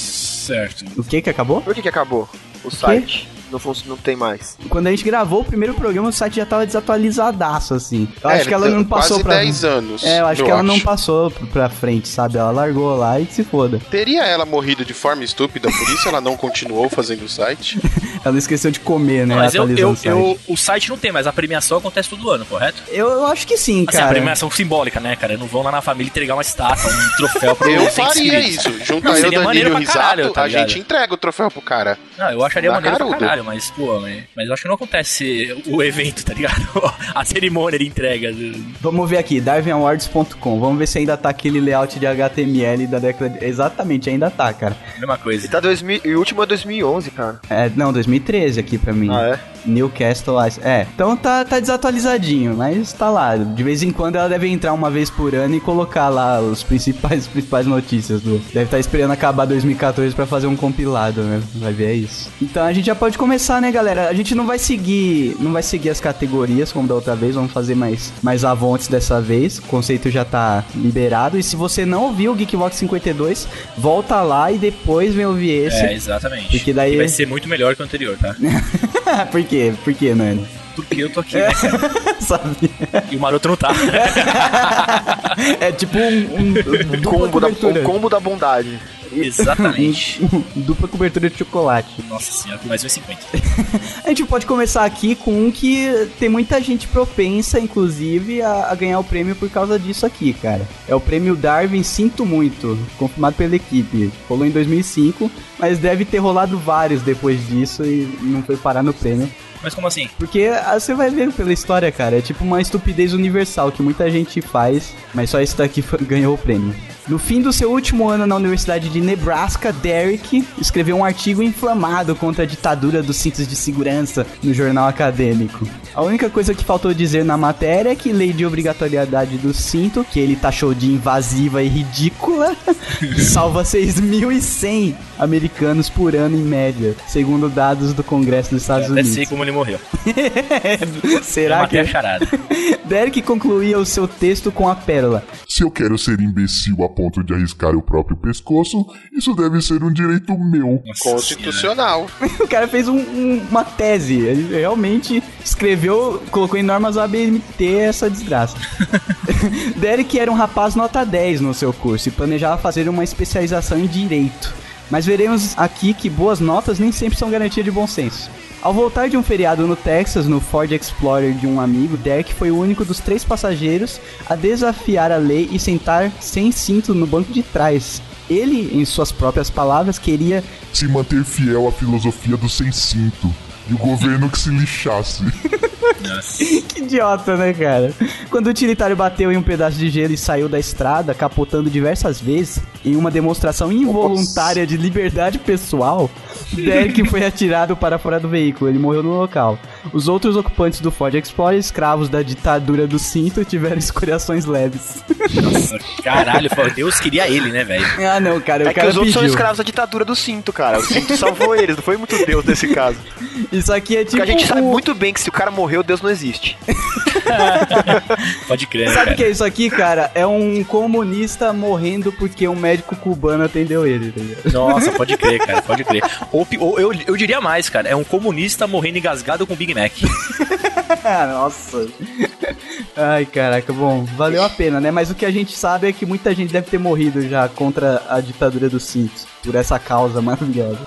Certo. O que que acabou? Por que, que acabou o site? Não, func- não tem mais. Quando a gente gravou o primeiro programa, o site já tava desatualizadaço, assim. Eu É, acho que ela não passou quase pra... dez anos. É, eu acho eu que ela não passou pra frente, sabe? Ela largou lá e se foda. Teria ela morrido de forma estúpida, por isso ela não continuou fazendo o site? Ela esqueceu de comer, né? Mas eu, atualizando eu, o site. eu, o site não tem, mas a premiação acontece todo ano, correto? Eu, eu acho que sim, Assim, a cara. premiação simbólica, né, cara? Não vão lá na família entregar uma estátua, um troféu pro Eu cem faria inscritos. isso. Junto Não, a eu, seria maneiro Danilo e o pra caralho, Risato, tá a ligado? gente entrega o troféu pro cara. Não, eu acharia Dá maneiro pra carudo. caralho, mas, pô, mas, mas eu acho que não acontece o evento, tá ligado? A cerimônia de entrega. Vamos ver aqui, darwin awards ponto com. Vamos ver se ainda tá aquele layout de H T M L da década de... Exatamente, ainda tá, cara. Mesma coisa. E, tá dois mil, e o último é dois mil e onze, cara. É, não, dois mil e treze aqui pra mim. Ah, é? Newcastle Ice. É, então tá, tá desatualizadinho, mas tá lá. De vez em quando ela deve entrar uma vez por ano e colocar lá os principais, as principais notícias do. Deve estar esperando acabar dois mil e quatorze pra fazer um compilado, né? Vai ver, é isso. Então a gente já pode começar, né, galera? A gente não vai seguir, não vai seguir as categorias como da outra vez, vamos fazer mais, mais avontes dessa vez. O conceito já tá liberado. E se você não ouviu o Geekbox cinquenta e dois, volta lá e depois vem ouvir esse. É, exatamente. Porque daí- E vai ser muito melhor que o anterior, tá? Por quê? Por quê, Nani? Porque eu tô aqui, né? Sabia. E o Maroto não tá. É tipo um, um, um combo da, um combo da bondade. Exatamente. Um, um, dupla cobertura de chocolate. Nossa senhora, mais um e cinquenta. A gente pode começar aqui com um que tem muita gente propensa, inclusive, a, a ganhar o prêmio por causa disso aqui, cara. É o prêmio Darwin Sinto Muito, confirmado pela equipe. Rolou em dois mil e cinco, mas deve ter rolado vários depois disso e não foi parar no prêmio. Mas como assim? Porque ah, você vai ver pela história, cara, é tipo uma estupidez universal que muita gente faz, mas só esse daqui foi, ganhou o prêmio. No fim do seu último ano na Universidade de Nebraska, Derek escreveu um artigo inflamado contra a ditadura dos cintos de segurança no jornal acadêmico. A única coisa que faltou dizer na matéria é que lei de obrigatoriedade do cinto, que ele taxou de invasiva e ridícula, salva seis mil e cem americanos por ano em média, segundo dados do Congresso dos Estados Eu Unidos. até sei como ele morreu. Será que... É charada. Derek concluía o seu texto com a pérola. Se eu quero ser imbecil a ponto de arriscar o próprio pescoço, isso deve ser um direito meu. Constitucional. O cara fez um, um, uma tese. Ele realmente escreveu, colocou em normas A B M T essa desgraça. Derek era um rapaz nota dez no seu curso e planejava fazer uma especialização em direito. Mas veremos aqui que boas notas nem sempre são garantia de bom senso. Ao voltar de um feriado no Texas, no Ford Explorer de um amigo, Derek foi o único dos três passageiros a desafiar a lei e sentar sem cinto no banco de trás. Ele, em suas próprias palavras, queria se manter fiel à filosofia do sem cinto e o governo que se lixasse. Nossa. Que idiota, né, cara? Quando o utilitário bateu em um pedaço de gelo e saiu da estrada, capotando diversas vezes, em uma demonstração involuntária Nossa. de liberdade pessoal, Derek foi atirado para fora do veículo. Ele morreu no local. Os outros ocupantes do Ford Explorer, escravos da ditadura do cinto, tiveram escoriações leves. Nossa, caralho, Deus queria ele, né, velho? Ah, não, cara, o é cara que os outros pediu. são escravos da ditadura do cinto, cara. O cinto salvou eles, não foi muito Deus nesse caso. Isso aqui é tipo... Porque a gente o... sabe muito bem que se o cara morreu, Deus não existe. Pode crer, Sabe o cara. que é isso aqui, cara? É um comunista morrendo porque um médico cubano atendeu ele, tá ligado? Nossa, pode crer, cara, pode crer. Ou, ou eu, eu diria mais, cara, é um comunista morrendo engasgado com Big Mac. Nossa. Ai, caraca, bom, valeu a pena, né? Mas o que a gente sabe é que muita gente deve ter morrido já contra a ditadura dos cintos, por essa causa maravilhosa.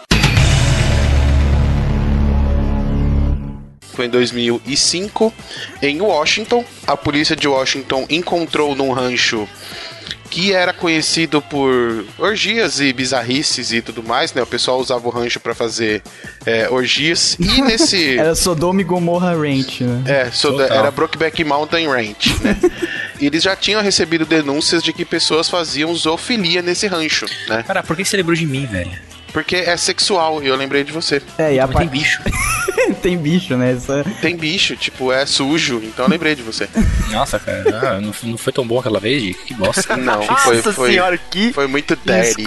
Foi em dois mil e cinco, em Washington. A polícia de Washington encontrou num rancho que era conhecido por orgias e bizarrices e tudo mais, né? O pessoal usava o rancho pra fazer é, orgias. E nesse... Era Sodoma e Gomorra Ranch, né? É, so era Brokeback Mountain Ranch, né? E eles já tinham recebido denúncias de que pessoas faziam zoofilia nesse rancho, né? Cara, por que você lembrou de mim, velho? Porque é sexual, e eu lembrei de você. É, e a Tem par... bicho. Tem bicho, né? Essa... Tem bicho, tipo, é sujo, então eu lembrei de você. Nossa, cara, ah, não, não foi tão bom aquela vez, Dick? Que bosta. Não, foi, Nossa foi, senhora, que foi muito dirty.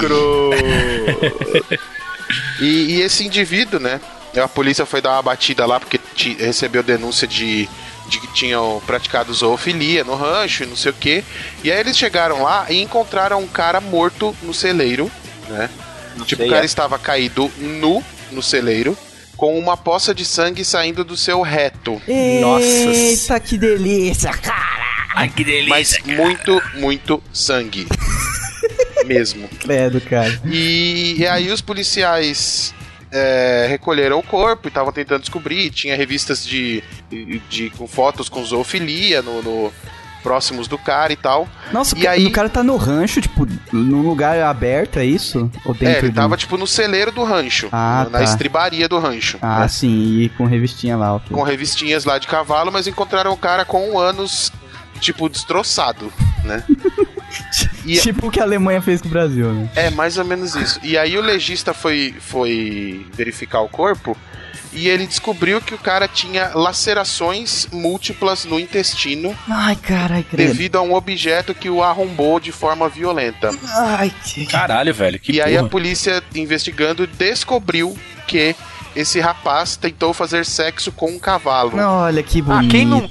e, e esse indivíduo, né? A polícia foi dar uma batida lá porque t- recebeu denúncia de, de que tinham praticado zoofilia no rancho e não sei o que. E aí eles chegaram lá e encontraram um cara morto no celeiro, né? Não tipo, sei, o cara é. estava caído nu no celeiro, com uma poça de sangue saindo do seu reto. Eita, que delícia, cara! Ai, que delícia, Mas cara. muito, muito sangue. Mesmo. Credo, cara. E, e aí os policiais é, recolheram o corpo e estavam tentando descobrir. Tinha revistas de, de, de com fotos com zoofilia no, no, próximos do cara e tal. Nossa, e aí, o cara tá no rancho, tipo, num lugar aberto, é isso? Ou dentro é, ele do... tava tipo no celeiro do rancho, Ah, na tá. estribaria do rancho. Ah, né? sim, e com revistinha lá. Okay. Com revistinhas lá de cavalo, mas encontraram o cara com um ânus, tipo, destroçado, né? E tipo o que a Alemanha fez com o Brasil, né? é, mais ou menos isso. E aí o legista foi, foi verificar o corpo e ele descobriu que o cara tinha lacerações múltiplas no intestino. Ai, carai, credo. Devido a um objeto que o arrombou de forma violenta. Ai, que... Caralho, velho, que E porra. aí a polícia, investigando, descobriu que esse rapaz tentou fazer sexo com um cavalo. Olha que bonito. Ah, quem nunca? E,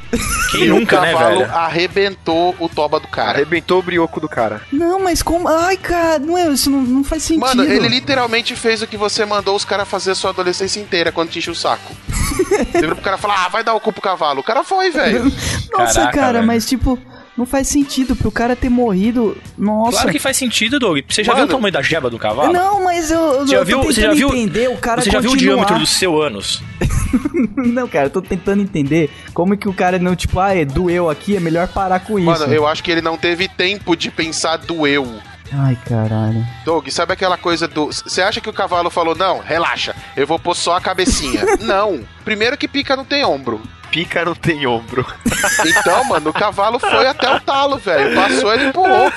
Quem e nunca, o né, cavalo velho? arrebentou o toba do cara. Arrebentou o brioco do cara. Não, mas como... Ai, cara, não é, isso não, não faz sentido. Mano, ele literalmente fez o que você mandou os caras fazer a sua adolescência inteira quando te enche o saco. Você vira pro cara falar, ah, vai dar o cu pro cavalo. O cara foi, velho. Nossa, Caraca, cara, velho. mas tipo... Não faz sentido pro cara ter morrido. Nossa. Claro que faz sentido, Doug. Você já Mano, viu o tamanho da jeba do cavalo? Não, mas eu, eu Você já tô viu, tentando você já viu, entender o cara você já viu o continuar. diâmetro do seu ânus? Não, cara, eu tô tentando entender como é que o cara não, tipo, ah, é, doeu aqui, é melhor parar com isso. Mano, eu acho que ele não teve tempo de pensar doeu. Ai, caralho. Doug, sabe aquela coisa do... Você acha que o cavalo falou, não, relaxa, eu vou pôr só a cabecinha. Não. Primeiro que pica não tem ombro. Pica não tem ombro. Então, mano, o cavalo foi até o talo, velho. Passou, ele empurrou.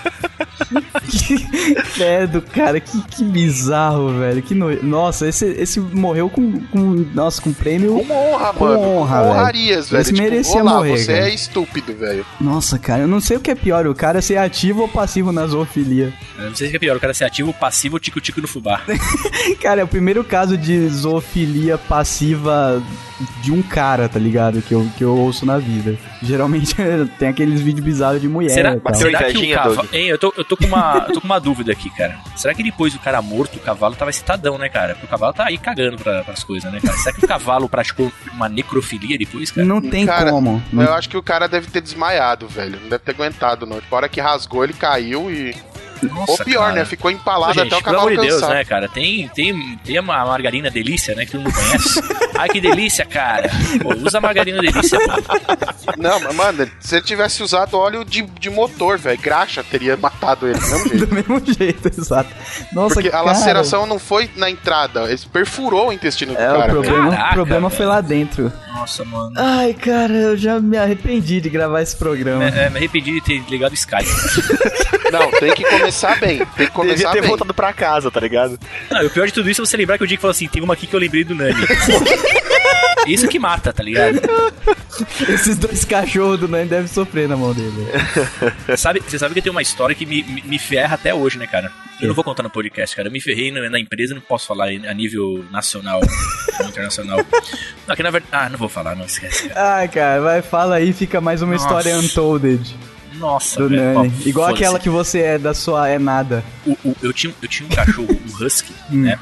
Credo, cara, que, que bizarro, velho. Que no... Nossa, esse, esse morreu com, com. Nossa, com prêmio. Com honra, Com mano. honra, com velho. honrarias, velho. Esse Tipo, merecia olá, morrer, você cara. é estúpido, velho. Nossa, cara, eu não sei o que é pior, o cara ser ativo ou passivo na zoofilia. Eu não sei se é pior, o cara ser ativo, passivo ou tico-tico no fubá. Cara, é o primeiro caso de zoofilia passiva de um cara, tá ligado? Que eu, que eu ouço na vida. Geralmente tem aqueles vídeos bizarros de mulher. Será, e tal. será que o invejinha, cavalo... Doug? Hein, eu tô, eu, tô com uma, eu tô com uma dúvida aqui, cara. Será que depois do cara morto, o cavalo tava excitadão, né, cara? Porque o cavalo tá aí cagando pra, pras coisas, né, cara? Será que o cavalo praticou uma necrofilia depois, cara? Não tem Cara, como. Não- Eu acho que o cara deve ter desmaiado, velho. Não deve ter aguentado, não. Tipo, a hora que rasgou, ele caiu e... Nossa, Ou pior, cara. né? Ficou empalado Gente, até o pelo cavalo amor de Deus, cansar. né, cara? Tem, tem, tem a margarina delícia, né, que todo mundo conhece. Ai, que delícia, cara. Pô, usa a margarina delícia, pô. Não, mas, mano, se ele tivesse usado óleo de, de motor, velho, graxa teria matado ele do mesmo jeito. Do mesmo jeito, exato. Nossa, Porque cara, a laceração não foi na entrada, ele perfurou o intestino do É, cara. o velho. problema, Caraca, o problema velho. foi lá dentro. Nossa, mano. Ai, cara, eu já me arrependi de gravar esse programa. É, é, me arrependi de ter ligado o Skype. Não, tem que começar bem. Tem que começar Devia ter bem. voltado pra casa, tá ligado? Não, e o pior de tudo isso é você lembrar que o Dick falou assim: tem uma aqui que eu lembrei do Nani. Isso que mata, tá ligado? Esses dois cachorros do Nani devem sofrer na mão dele. Sabe, você sabe que tem uma história que me, me, me ferra até hoje, né, cara? Eu não vou contar no podcast, cara. Eu me ferrei na, na empresa e não posso falar a nível nacional ou internacional. Não, que na verdade. Ah, não vou falar, não esquece, cara. Ai, cara, vai, fala aí, fica mais uma Nossa. história untold Nossa, do velho. Nani. Ó, Igual foda-se. aquela que você é da sua é nada. O- o- eu, tinha, eu tinha um cachorro, um husky, né?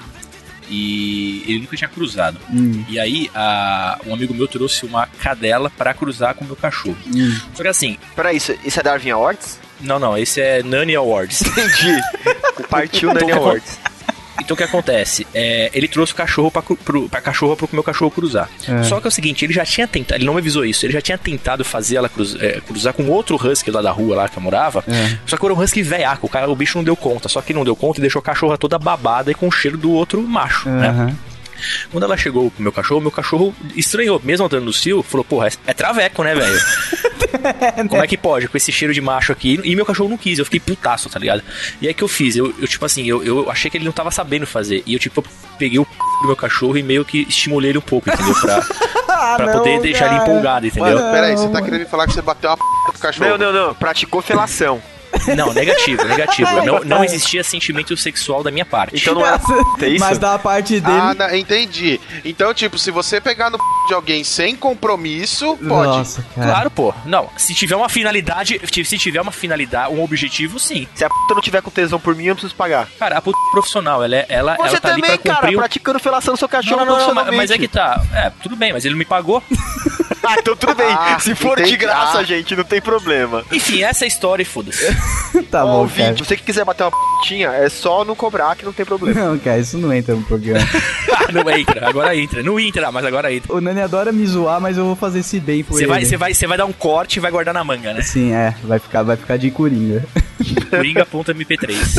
E ele nunca tinha cruzado. Hum. E aí, a, um amigo meu trouxe uma cadela pra cruzar com o meu cachorro. Hum. Só que assim, Peraí, isso, isso é Darwin Awards? não, não, esse é Nani Awards. Entendi. Partiu Então, Nani que acon- Awards. Então o que acontece? É, ele trouxe o cachorro pra, cru- pro, pra cachorra pro meu cachorro cruzar. É. Só que é o seguinte, ele já tinha tentado, ele não me avisou isso, ele já tinha tentado fazer ela cruz- é, cruzar com outro husky lá da rua lá que eu morava. É. Só que era um husky velhaco, o, cara, o bicho não deu conta. Só que ele não deu conta e deixou a cachorra toda babada e com o cheiro do outro macho, né? Aham. Quando ela chegou pro meu cachorro, meu cachorro estranhou, mesmo andando no cio, falou, porra, é, é traveco, né, velho? Como é que pode, com esse cheiro de macho aqui? E meu cachorro não quis, eu fiquei putaço, tá ligado? E aí que eu fiz, eu, eu tipo assim, eu, eu achei que ele não tava sabendo fazer. E eu, tipo, peguei o p do meu cachorro e meio que estimulei ele um pouco, entendeu? Pra, pra não, poder deixar ele cara. empolgado, entendeu? Mano, peraí, você tá mano. querendo me falar que você bateu uma p pro cachorro? Não, não, não. Praticou felação. Não, negativo, negativo. Não, não existia sentimento sexual da minha parte. Então não era é isso? Mas da parte dele. Ah, na- entendi. Então, tipo, se você pegar no p de alguém sem compromisso, pode. Nossa, cara. Claro, pô. Não, se tiver uma finalidade, se tiver uma finalidade, um objetivo, sim. Se a puta não tiver com tesão por mim, eu não preciso pagar. Cara, a puta profissional, ela, é- ela, Você ela tá ali também, pra cara, cumprir o... praticando felação no seu cachorro Não, não, não, mas, profissionalmente. mas é que tá. É, tudo bem, mas ele não me pagou. Ah, então tudo bem. Ah, Se for entendi. de graça, Ah. gente, não tem problema. Enfim, essa é a história e foda-se. Tá Ó, bom, ouvinte, cara. você que quiser bater uma putinha, é só não cobrar que não tem problema. Não, cara, isso não entra no programa. Ah, não entra, agora entra. Não entra, mas agora entra. O Nani adora me zoar, mas eu vou fazer esse bem por Você ele. vai, você vai, você vai dar um corte e vai guardar na manga, né? Sim, é, vai ficar, vai ficar de coringa. Coringa ponto M P três.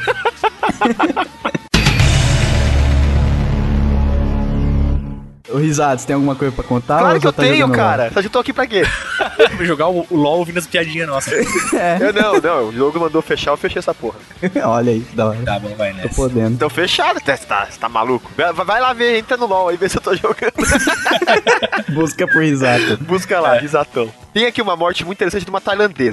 Ô, Risados, tem alguma coisa pra contar? Claro ou que eu só tá tenho, jogando cara. Só que eu tô aqui pra quê? Vou jogar o, o LOL ouvindo as piadinhas nossas. Eu não, não. O jogo mandou fechar, eu fechei essa porra. LOL? Olha aí, que da hora. Tá bom, vai Tô nessa. podendo. Então fechado, você tá, você tá maluco? Vai, vai lá ver, entra no LOL aí, vê se eu tô jogando. Busca por Risato. Busca lá, risatão. Tem aqui uma morte muito interessante de uma tailandesa.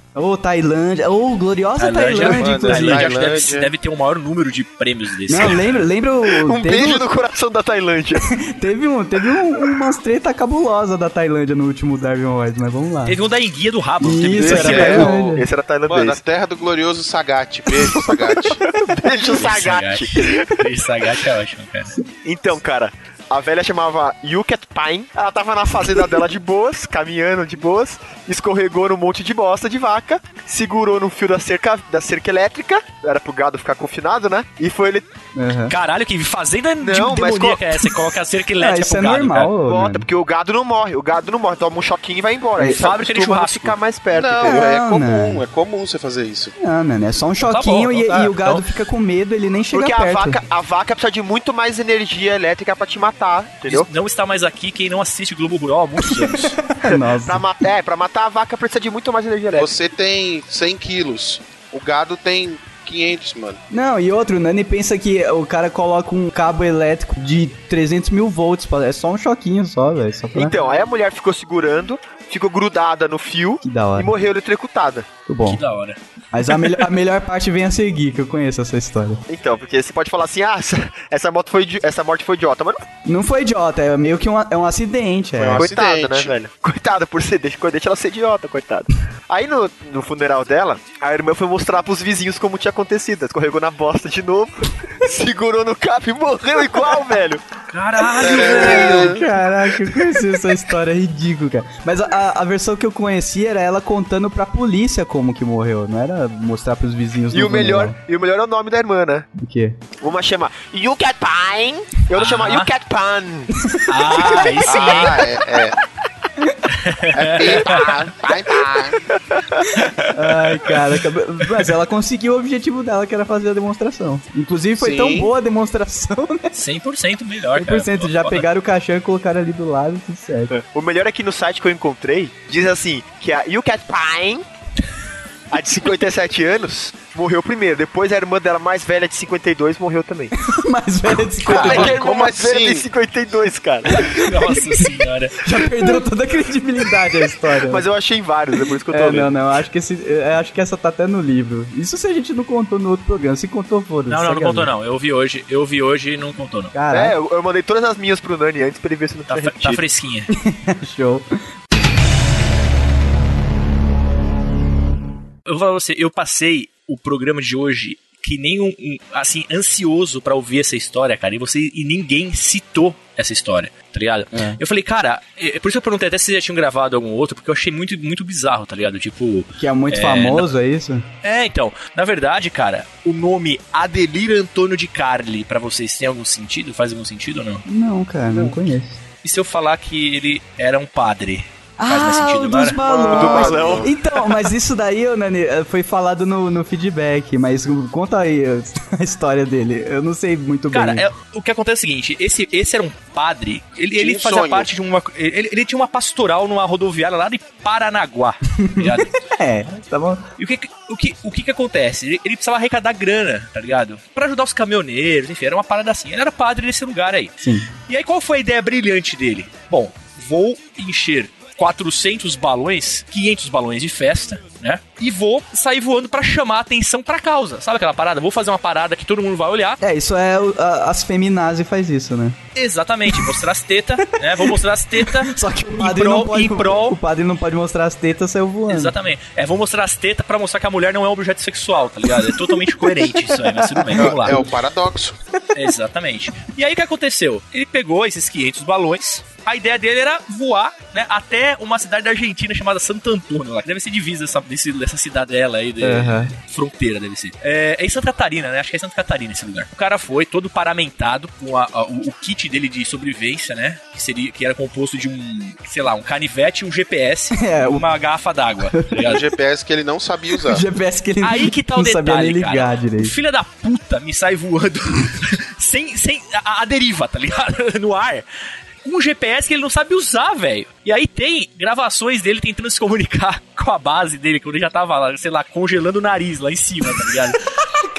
Ô, Tailândia. Ô, gloriosa Tailândia, Tailândia, mano, inclusive. Tailândia acho que deve, Tailândia. deve ter o maior número de prêmios desse. Não, lembra, lembra o... Um teve beijo no coração da Tailândia. Teve, um, teve um, umas treta cabulosa da Tailândia no último Darwin Awards, mas vamos lá. Teve um da enguia do rabo. não teve Isso, esse? esse Esse é era, Tailândia. esse era Mano, a tailandês. terra do glorioso Sagat. Beijo, Sagat. Beijo, Sagat. Esse Sagat é ótimo, cara. Então, cara, a velha chamava Yuket Pine. Ela tava na fazenda dela de boas, caminhando de boas, escorregou num monte de bosta de vaca, segurou no fio da cerca, da cerca elétrica, era pro gado ficar confinado, né? E foi ele... Uhum. Caralho, que fazenda Não, de mas demoníaca co- é essa? Você coloca a cerca Ah, elétrica isso pro é gado, normal, cara. Bota, né? porque o gado não morre, o gado não morre, toma um choquinho e vai embora. É, Ele fábrica de costuma não churrasco. ficar mais perto, Não, entendeu? é Não, comum, né? é comum você fazer isso. Não, mano, é só um Então tá choquinho bom, e, então tá. e o gado Então- fica com medo, ele nem chega Porque a perto. vaca, a vaca precisa de muito mais energia elétrica pra te matar, entendeu? Não está mais aqui quem não assiste Globo Rural há muitos anos. Nossa. Pra ma- é, pra matar a vaca precisa de muito mais energia elétrica. Você tem cem quilos, o gado tem quinhentos, mano. Não, e outro, o Nani pensa que o cara coloca um cabo elétrico de trezentos mil volts, pra- é só um choquinho só, velho. Só pra... Então, aí a mulher ficou segurando, ficou grudada no fio Que da hora. e morreu eletrocutada. Muito bom. Que da hora. Mas a, melhor- a melhor parte vem a seguir, que eu conheço essa história. Então, porque você pode falar assim, ah, essa, essa, moto foi, idi- essa morte foi idiota, mas não Não foi idiota, é meio que um, é um acidente. Foi É. um foi coitada, acidente. né, velho? Coitada por ser, deixa, deixa ela ser idiota, coitada. Aí no, no funeral dela, a irmã foi mostrar pros vizinhos como tinha acontecido. Escorregou na bosta de novo, segurou no cabo e morreu igual, velho. Caralho, velho. Ai, caraca, eu conheci essa história, é ridículo, cara. Mas a, a versão que eu conheci era ela contando pra polícia como que morreu, não era mostrar pros vizinhos E no o, melhor, funeral. e o melhor é o nome da irmã, né? O quê? Uma chama Yuket Pine, e outra chama Yuket Pan. Ah, aí sim, hein? Ah, é, é. É pipa, pai, pai. Ai, cara, cabe- mas ela conseguiu o objetivo dela, que era fazer a demonstração. Inclusive foi Sim. tão boa a demonstração, né? cem por cento melhor, cem cara. por cento, já Foda. pegaram o caixão e colocaram ali do lado, tudo certo. O melhor é que no site que eu encontrei, diz assim, que a Yuket Pine, a de cinquenta e sete anos, morreu primeiro. Depois a irmã dela mais velha, de cinquenta e dois, morreu também. Mais velha de cinquenta Como é que a Como irmã mais velha assim? tem cinquenta e dois, cara? Nossa senhora. já perdeu toda a credibilidade a história. Mas eu achei vários, é por isso que eu tô É, lendo. não, não, acho que, esse, eu acho que essa tá até no livro. Isso se a gente não contou no outro programa, se contou, foda-se. Não, não, não segue a contou vida. não. Eu vi hoje, eu vi hoje e não contou não. Caraca, É, eu, eu mandei todas as minhas pro Nani antes pra ele ver se não Tá, tinha fre- tá repetido. fresquinha. show. Eu vou falar pra você, eu passei o programa de hoje que nem um, um, assim, ansioso pra ouvir essa história, cara, e você e ninguém citou essa história, tá ligado? É. Eu falei, cara, é, por isso que eu perguntei até se vocês já tinham gravado algum outro, porque eu achei muito, muito bizarro, tá ligado? Tipo, Que é muito É, famoso, é isso? é, então, na verdade, cara, o nome Adelir Antônio de Carli, pra vocês, tem algum sentido? Faz algum sentido ou não? Não, cara, não conheço. E se eu falar que ele era um padre? Faz mais sentido o agora? dos balões. Do balão. Então, mas isso daí, ô, Nani, foi falado no, no feedback, mas conta aí a história dele. Eu não sei muito Cara, bem. é- o que acontece é o seguinte, esse, esse era um padre, ele, ele um fazia sonho. parte de uma... Ele, ele tinha uma pastoral numa rodoviária lá de Paranaguá, tá ligado? É, tá bom. E o que, o que, o que que acontece? Ele, ele precisava arrecadar grana, tá ligado? Pra ajudar os caminhoneiros, enfim, era uma parada assim. Ele era padre nesse lugar aí. Sim. E aí qual foi a ideia brilhante dele? Bom, vou encher quatrocentos balões, quinhentos balões de festa, né? E vou sair voando pra chamar a atenção pra causa. Sabe aquela parada? Vou fazer uma parada que todo mundo vai olhar. É, isso é. o- a- as feminazes faz isso, né? Exatamente, mostrar as tetas, né? Vou mostrar as tetas. Só que o em padre, prol, não pode, em prol. o padre não pode mostrar as tetas, saiu voando. Exatamente. É, vou mostrar as tetas pra mostrar que a mulher não é um objeto sexual, tá ligado? É totalmente coerente isso aí, mas tudo bem, vamos lá. É o paradoxo. Exatamente. E aí o que aconteceu? Ele pegou esses quinhentos balões, a ideia dele era voar, né, até uma cidade da Argentina chamada Santo Antônio, lá, que deve ser divisa dessa, desse, dessa cidadela aí, de, Uhum. fronteira deve ser. É, é em Santa Catarina, né? Acho que é Santa Catarina esse lugar. O cara foi todo paramentado com a- a- o, o kit dele de sobrevivência, né? Que, seria, que era composto de um, sei lá, um canivete, um G P S É, e o- uma garrafa d'água, tá O ligado? G P S que ele não sabia usar. O G P S que ele Aí que tá o não detalhe, sabia nem ligar cara. direito. O filho da puta me sai voando sem, sem a, a deriva, tá ligado? No ar. Um G P S que ele não sabe usar, velho. E aí tem gravações dele tentando se comunicar com a base dele, quando ele já tava lá, sei lá, congelando o nariz lá em cima, tá ligado?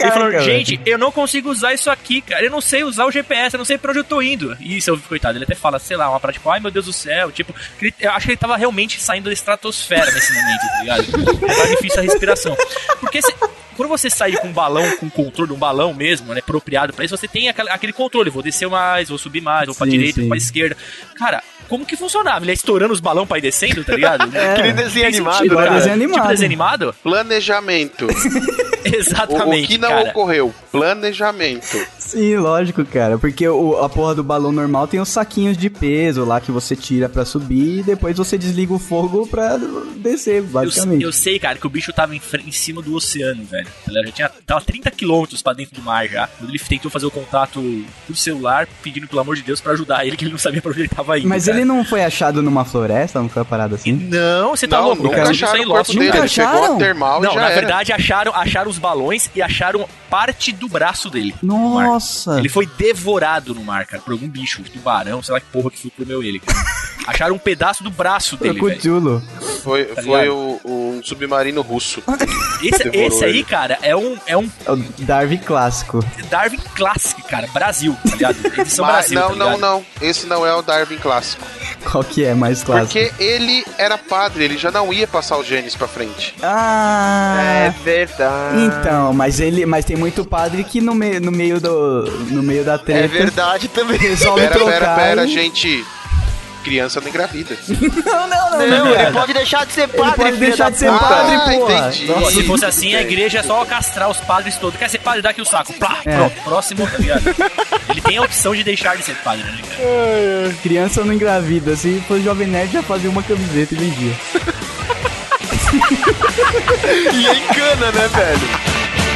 Caraca, ele falou, gente, eu não consigo usar isso aqui, cara. Eu não sei usar o G P S, eu não sei pra onde eu tô indo. E isso, coitado, ele até fala, sei lá, uma parada tipo, ai meu Deus do céu. Tipo, ele, eu acho que ele tava realmente saindo da estratosfera nesse momento, tá ligado? Tá difícil a respiração. Porque se, quando você sai com um balão, com controle, um balão mesmo, né, apropriado pra isso, você tem aquele, aquele controle. Vou descer mais, vou subir mais, vou pra sim, direita, sim. vou pra esquerda. Cara, como que funcionava? Ele ia estourando os balões pra ir descendo, tá ligado? É. Aquele desenho animado, sentido, cara. Desenho animado. Tipo desenho animado? Planejamento. Exatamente, o, o que não cara. ocorreu? Planejamento. Sim, lógico, cara. Porque o, a porra do balão normal tem os saquinhos de peso lá que você tira pra subir e depois você desliga o fogo pra descer, basicamente. Eu, eu sei, cara, que o bicho tava em, em cima do oceano, velho. Ele já tinha, tava trinta quilômetros pra dentro do mar já. Ele tentou fazer o contato por celular, pedindo pelo amor de Deus pra ajudar ele, que ele não sabia pra onde ele tava indo. Mas cara. Ele não foi achado numa floresta? Não foi uma parada assim? Não, você tá não, louco. Nunca cara, acharam o corpo dele. Nunca Ele acharam? chegou a termal Não, e já na era. verdade acharam, acharam os balões e acharam parte do braço dele. Nossa! Ele foi devorado no mar, cara, por algum bicho, tubarão, sei lá que porra que foi comeu ele, cara. Acharam um pedaço do braço dele, velho. Foi, tá foi o, o, um submarino russo. Esse, esse aí, cara, é um, é um... É o Darwin clássico. Darwin clássico, cara, Brasil, tá ligado? Edição Mas, Brasil, não, tá não, não. Esse não é o Darwin clássico. Qual que é mais clássico? Porque ele era padre, ele já não ia passar os genes pra frente. Ah... É verdade. Então, mas ele, mas tem muito padre que no, me, no meio do no meio da treta... É verdade também. Resolve Pera, trocar pera, pera, e... gente... Criança não engravida. Não, não, não. Não, não ele pode deixar de ser padre. Ele pode deixar de ser puta. padre, Ah, porra. entendi. Nossa. Se fosse assim, a igreja é só castrar os padres todos. Quer ser padre? Dá aqui o saco. Plá, É. pronto, próximo, tá ligado? Ele tem a opção de deixar de ser padre, né, cara? Criança não engravida. Se fosse Jovem Nerd, já fazia uma camiseta e vendia. E é encana, né, velho?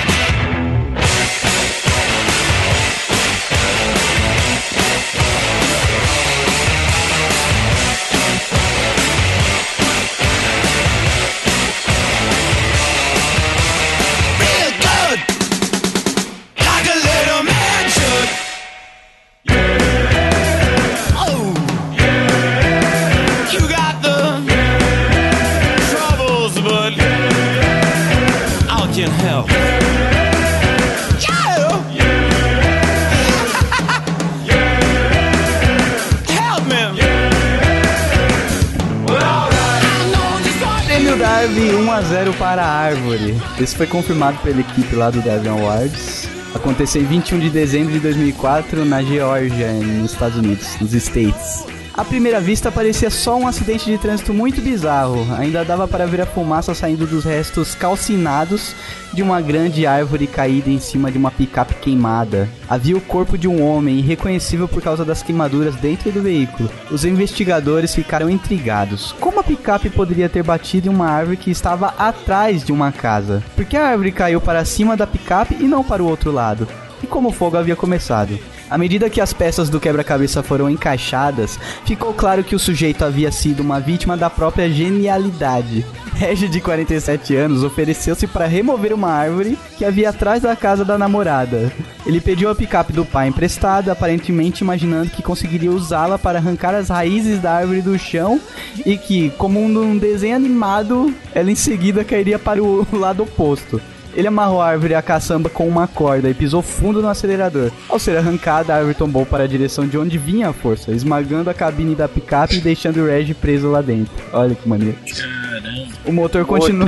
Darwin um a zero para a Árvore. Esse foi confirmado pela equipe lá do Darwin Awards. Aconteceu em vinte e um de dezembro de dois mil e quatro na Geórgia, nos Estados Unidos, nos States. À primeira vista parecia só um acidente de trânsito muito bizarro. Ainda dava para ver a fumaça saindo dos restos calcinados de uma grande árvore caída em cima de uma picape queimada. Havia o corpo de um homem irreconhecível por causa das queimaduras dentro do veículo. Os investigadores ficaram intrigados. Como a picape poderia ter batido em uma árvore que estava atrás de uma casa? Por que a árvore caiu para cima da picape e não para o outro lado? E como o fogo havia começado? À medida que as peças do quebra-cabeça foram encaixadas, ficou claro que o sujeito havia sido uma vítima da própria genialidade. Reggie, de quarenta e sete anos, ofereceu-se para remover uma árvore que havia atrás da casa da namorada. Ele pediu a picape do pai emprestada, aparentemente imaginando que conseguiria usá-la para arrancar as raízes da árvore do chão e que, como um desenho animado, ela em seguida cairia para o lado oposto. Ele amarrou a árvore à caçamba com uma corda e pisou fundo no acelerador. Ao ser arrancada, a árvore tombou para a direção de onde vinha a força, esmagando a cabine da picape e deixando o Reggie preso lá dentro. Olha que maneiro. O motor continuou...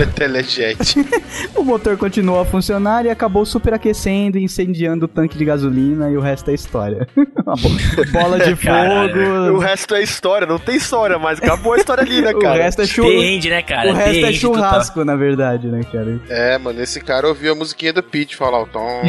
O motor continuou a funcionar e acabou superaquecendo e incendiando o tanque de gasolina, e o resto é história. Uma bola de fogo... O resto é história, não tem história, mas acabou a história ali, né, cara? O resto é churrasco. Depende, né, cara? O resto Depende, é churrasco, total. Na verdade, né, cara? É, mano, esse cara ouviu a musiquinha do Pete falar o tom.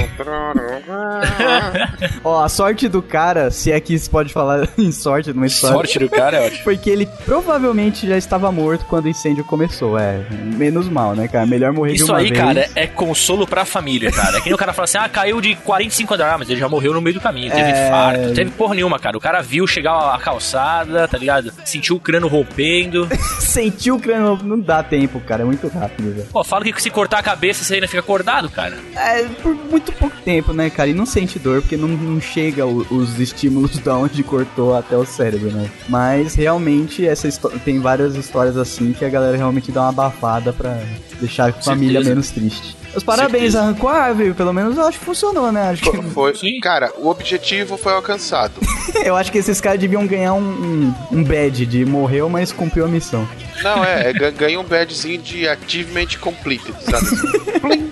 Ó, a sorte do cara, se é que se pode falar em sorte numa história. Sorte do cara é ótimo. Porque ele provavelmente já estava morto quando o incêndio começou. É, menos mal, né, cara? Melhor morrer Isso de uma aí, vez. cara, é consolo pra família, cara. É que nem o cara fala assim, ah, caiu de quarenta e cinco andares, ah, mas ele já morreu no meio do caminho, teve É... infarto, não teve porra nenhuma, cara. O cara viu chegar a calçada, tá ligado? Sentiu o crânio rompendo. Sentiu o crânio, não dá tempo, cara, é muito rápido, velho. Pô, fala que se cortar a cabeça você ainda fica acordado, cara. É, por muito pouco tempo, né, cara? E não sente dor, porque não, não chega o, os estímulos da onde cortou até o cérebro, né? Mas, realmente, essa tem várias histórias assim que a galera realmente dá uma abafada pra deixar a família menos triste. Os parabéns, Certeza. arrancou a árvore, pelo menos eu acho que funcionou, né? Acho que... Foi, Sim. cara, o objetivo foi alcançado. Eu acho que esses caras deviam ganhar um, um, um badge de morreu, mas cumpriu a missão. Não, é, é gan- ganha um badgezinho de Achievement Completed, sabe? Plim.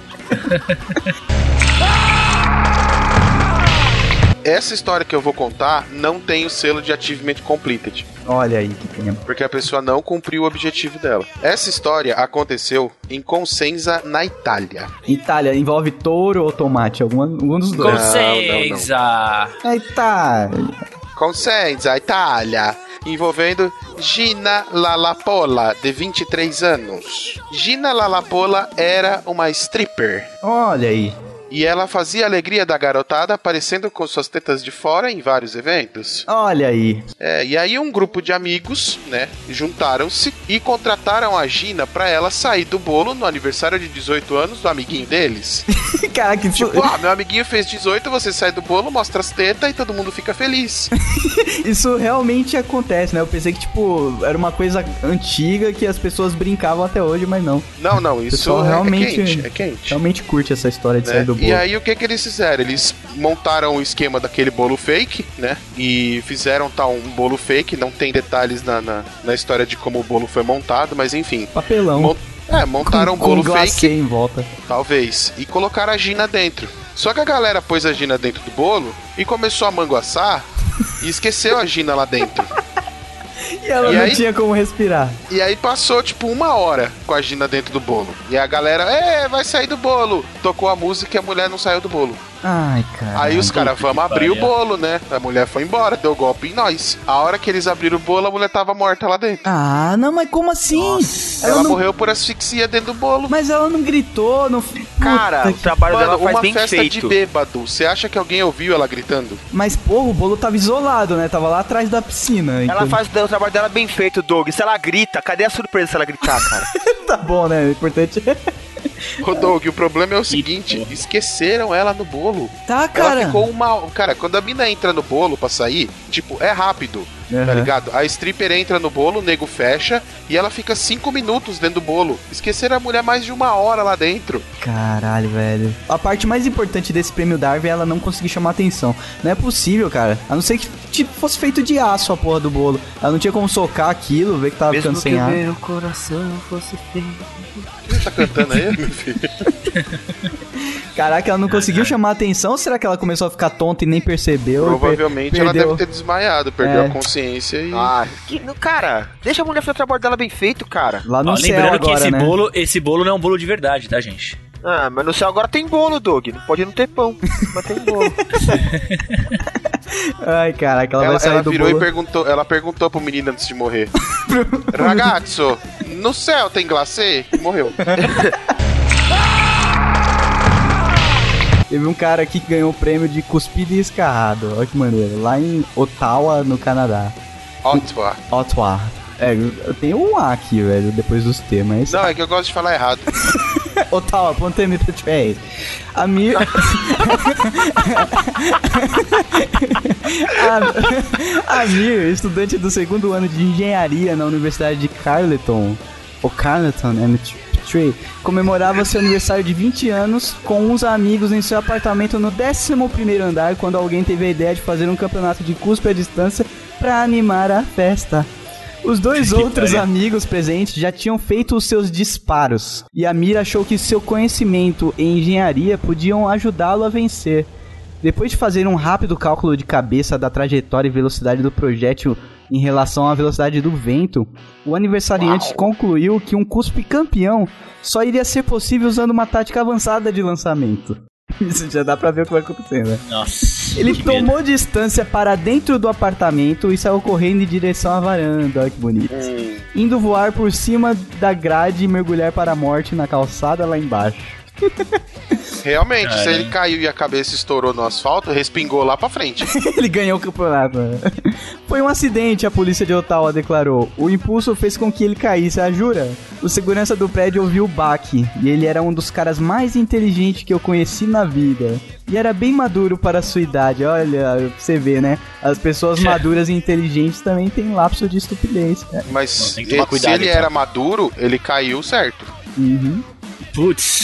Essa história que eu vou contar não tem o selo de Achievement Completed, Olha aí que pena. porque a pessoa não cumpriu o objetivo dela. Essa história aconteceu em Consenza, na Itália. Itália, envolve touro ou tomate? Algum, algum dos dois. Consenza! É Itália. Consenza, Itália. Envolvendo Gina Lalapola, de vinte e três anos. Gina Lalapola era uma stripper. Olha aí. E ela fazia a alegria da garotada aparecendo com suas tetas de fora em vários eventos. Olha aí. É, e aí um grupo de amigos, né, juntaram-se e contrataram a Gina pra ela sair do bolo no aniversário de dezoito anos do amiguinho deles. Caraca, isso, Tipo, ah, meu amiguinho fez dezoito, você sai do bolo, mostra as tetas e todo mundo fica feliz. isso realmente acontece, né? Eu pensei que, tipo, era uma coisa antiga que as pessoas brincavam até hoje, mas não. Não, não, isso pessoal é, realmente- é quente, é quente. Realmente curte essa história de Né? sair do bolo. E aí o que que eles fizeram? Eles montaram o esquema daquele bolo fake, né? E fizeram tal um bolo fake, não tem detalhes na, na, na história de como o bolo foi montado, mas enfim. Papelão. Mon- é, montaram um com, bolo com glacê fake, em volta. talvez, e colocaram a Gina dentro. Só que a galera pôs a Gina dentro do bolo e começou a manguaçar e esqueceu a Gina lá dentro. E ela E não aí? tinha como respirar. E aí passou tipo uma hora com a Gina dentro do bolo. E a galera, é, vai sair do bolo. Tocou a música e a mulher não saiu do bolo. Ai, cara. Aí os caras, vamos abrir o pariu. bolo, né? A mulher foi embora, deu golpe em nós. A hora que eles abriram o bolo, a mulher tava morta lá dentro. Ah, não, mas como assim? Ela, não... morreu por asfixia dentro do bolo. Mas ela não gritou, não... Cara, Puta o que- trabalho Mano, dela faz uma bem festa feito. de bêbado. Você acha que alguém ouviu ela gritando? Mas, porra, o bolo tava isolado, né? Tava lá atrás da piscina. Ela então- faz o trabalho dela bem feito, Doug. Se ela grita, cadê a surpresa se ela gritar, cara? Tá bom, né? O importante é... Ô, Doug, o problema é o seguinte: esqueceram ela no bolo. Tá, cara. Ela ficou uma. Cara, quando a mina entra no bolo pra sair, tipo, é rápido. Tá Aham. ligado? A stripper entra no bolo, o nego fecha e ela fica cinco minutos dentro do bolo. Esqueceram a mulher mais de uma hora lá dentro. Caralho, velho. A parte mais importante desse prêmio Darwin é ela não conseguir chamar atenção. Não é possível, cara. A não ser que tipo, fosse feito de aço a porra do bolo. Ela não tinha como socar aquilo, ver que tava ficando sem ar. meu coração fosse feito. O que você tá cantando aí, meu filho? Caraca, ela não conseguiu chamar atenção? Ou será que ela começou a ficar tonta e nem percebeu? e per- Provavelmente ela perdeu? deve ter desmaiado, perdeu É. a consciência e. Ah, que, cara, deixa a mulher fazer o trabalho dela bem feito, cara. Lá no Ó, céu lembrando agora, que esse né? bolo, esse bolo não é um bolo de verdade, tá, gente? Ah, mas no céu agora tem bolo, Doug. Não pode não ter pão, mas tem bolo. Ai, caraca, ela, Ela, vai sair ela do virou bolo. e perguntou, ela perguntou pro menino antes de morrer. Ragazzo, no céu tem glacê? E morreu. Teve um cara aqui que ganhou o prêmio de cuspido e escarrado. Olha que maneiro. Lá em Ottawa, no Canadá. Ottawa. Ottawa. É, eu tenho um A aqui, velho, depois dos T, mas... Não, é que eu gosto de falar errado. Ottawa, ponto M P três. A Mir... a, a Mir, estudante do segundo ano de engenharia na Universidade de Carleton, ou Carleton M P três, comemorava seu aniversário de vinte anos com uns amigos em seu apartamento no décimo primeiro andar, quando alguém teve a ideia de fazer um campeonato de cuspe à distância para animar a festa. Os dois outros amigos presentes já tinham feito os seus disparos, e a Mira achou que seu conhecimento em engenharia podiam ajudá-lo a vencer. Depois de fazer um rápido cálculo de cabeça da trajetória e velocidade do projétil em relação à velocidade do vento, o aniversariante concluiu que um cuspe campeão só iria ser possível usando uma tática avançada de lançamento. Isso já dá pra ver o que vai acontecer, né? Nossa. Ele que tomou medo. distância para dentro do apartamento e saiu correndo em direção à varanda. Olha que bonito. Hum. Indo voar por cima da grade e mergulhar para a morte na calçada lá embaixo. Realmente, se Caramba. ele caiu e a cabeça estourou no asfalto, respingou lá pra frente. Ele ganhou o campeonato. Né? Foi um acidente, a polícia de Ottawa declarou. O impulso fez com que ele caísse, a jura? O segurança do prédio ouviu o baque, e ele era um dos caras mais inteligentes que eu conheci na vida. E era bem maduro para a sua idade. Olha, você vê, né? As pessoas maduras e inteligentes também têm lapso de estupidez, cara. Mas Tem que tomar ele- cuidado, se ele então. era maduro, ele caiu certo. Uhum. Putz.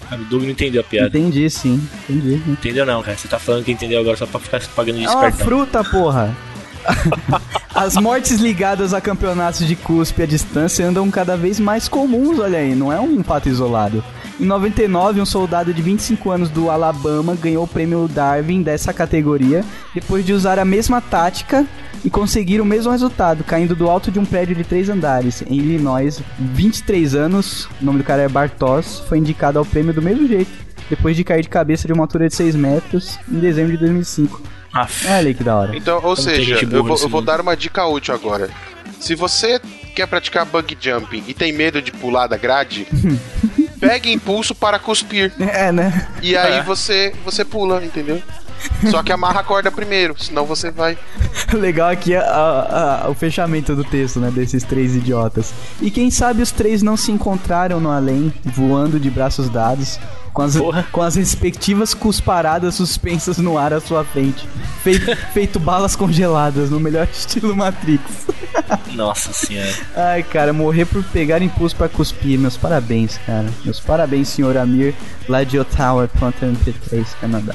O Doug não entendeu a piada. Entendi, sim. Entendi. Entendeu não, cara. Você tá falando que entendeu agora só pra ficar pagando de É uma espertão. fruta, porra. As mortes ligadas a campeonatos de cuspe à distância andam cada vez mais comuns, olha aí, não é um fato isolado. Em noventa e nove, um soldado de vinte e cinco anos do Alabama ganhou o prêmio Darwin dessa categoria depois de usar a mesma tática e conseguir o mesmo resultado, caindo do alto de um prédio de três andares. Em Illinois, vinte e três anos, o nome do cara é Bartos, foi indicado ao prêmio do mesmo jeito, depois de cair de cabeça de uma altura de seis metros em dezembro de dois mil e cinco. Aff. Olha aí que da hora. Então, ou Como tem seja, gente eu burra vou, nesse eu vou mundo. dar uma dica útil agora. Se você quer praticar bug jumping e tem medo de pular da grade, pegue impulso para cuspir. É, né? E aí É. você, você pula, entendeu? Só que amarra a corda primeiro, senão você vai... O legal aqui é a- a- o fechamento do texto, né, desses três idiotas. E quem sabe os três não se encontraram no além, voando de braços dados, com as, Porra. com as respectivas cusparadas suspensas no ar à sua frente, feito, feito balas congeladas, no melhor estilo Matrix. Nossa senhora. Ai, cara, morrer por pegar impulso pra cuspir. Meus parabéns, cara. Meus parabéns, senhor Amir, lá de Ottawa, ponto M P três, Canadá.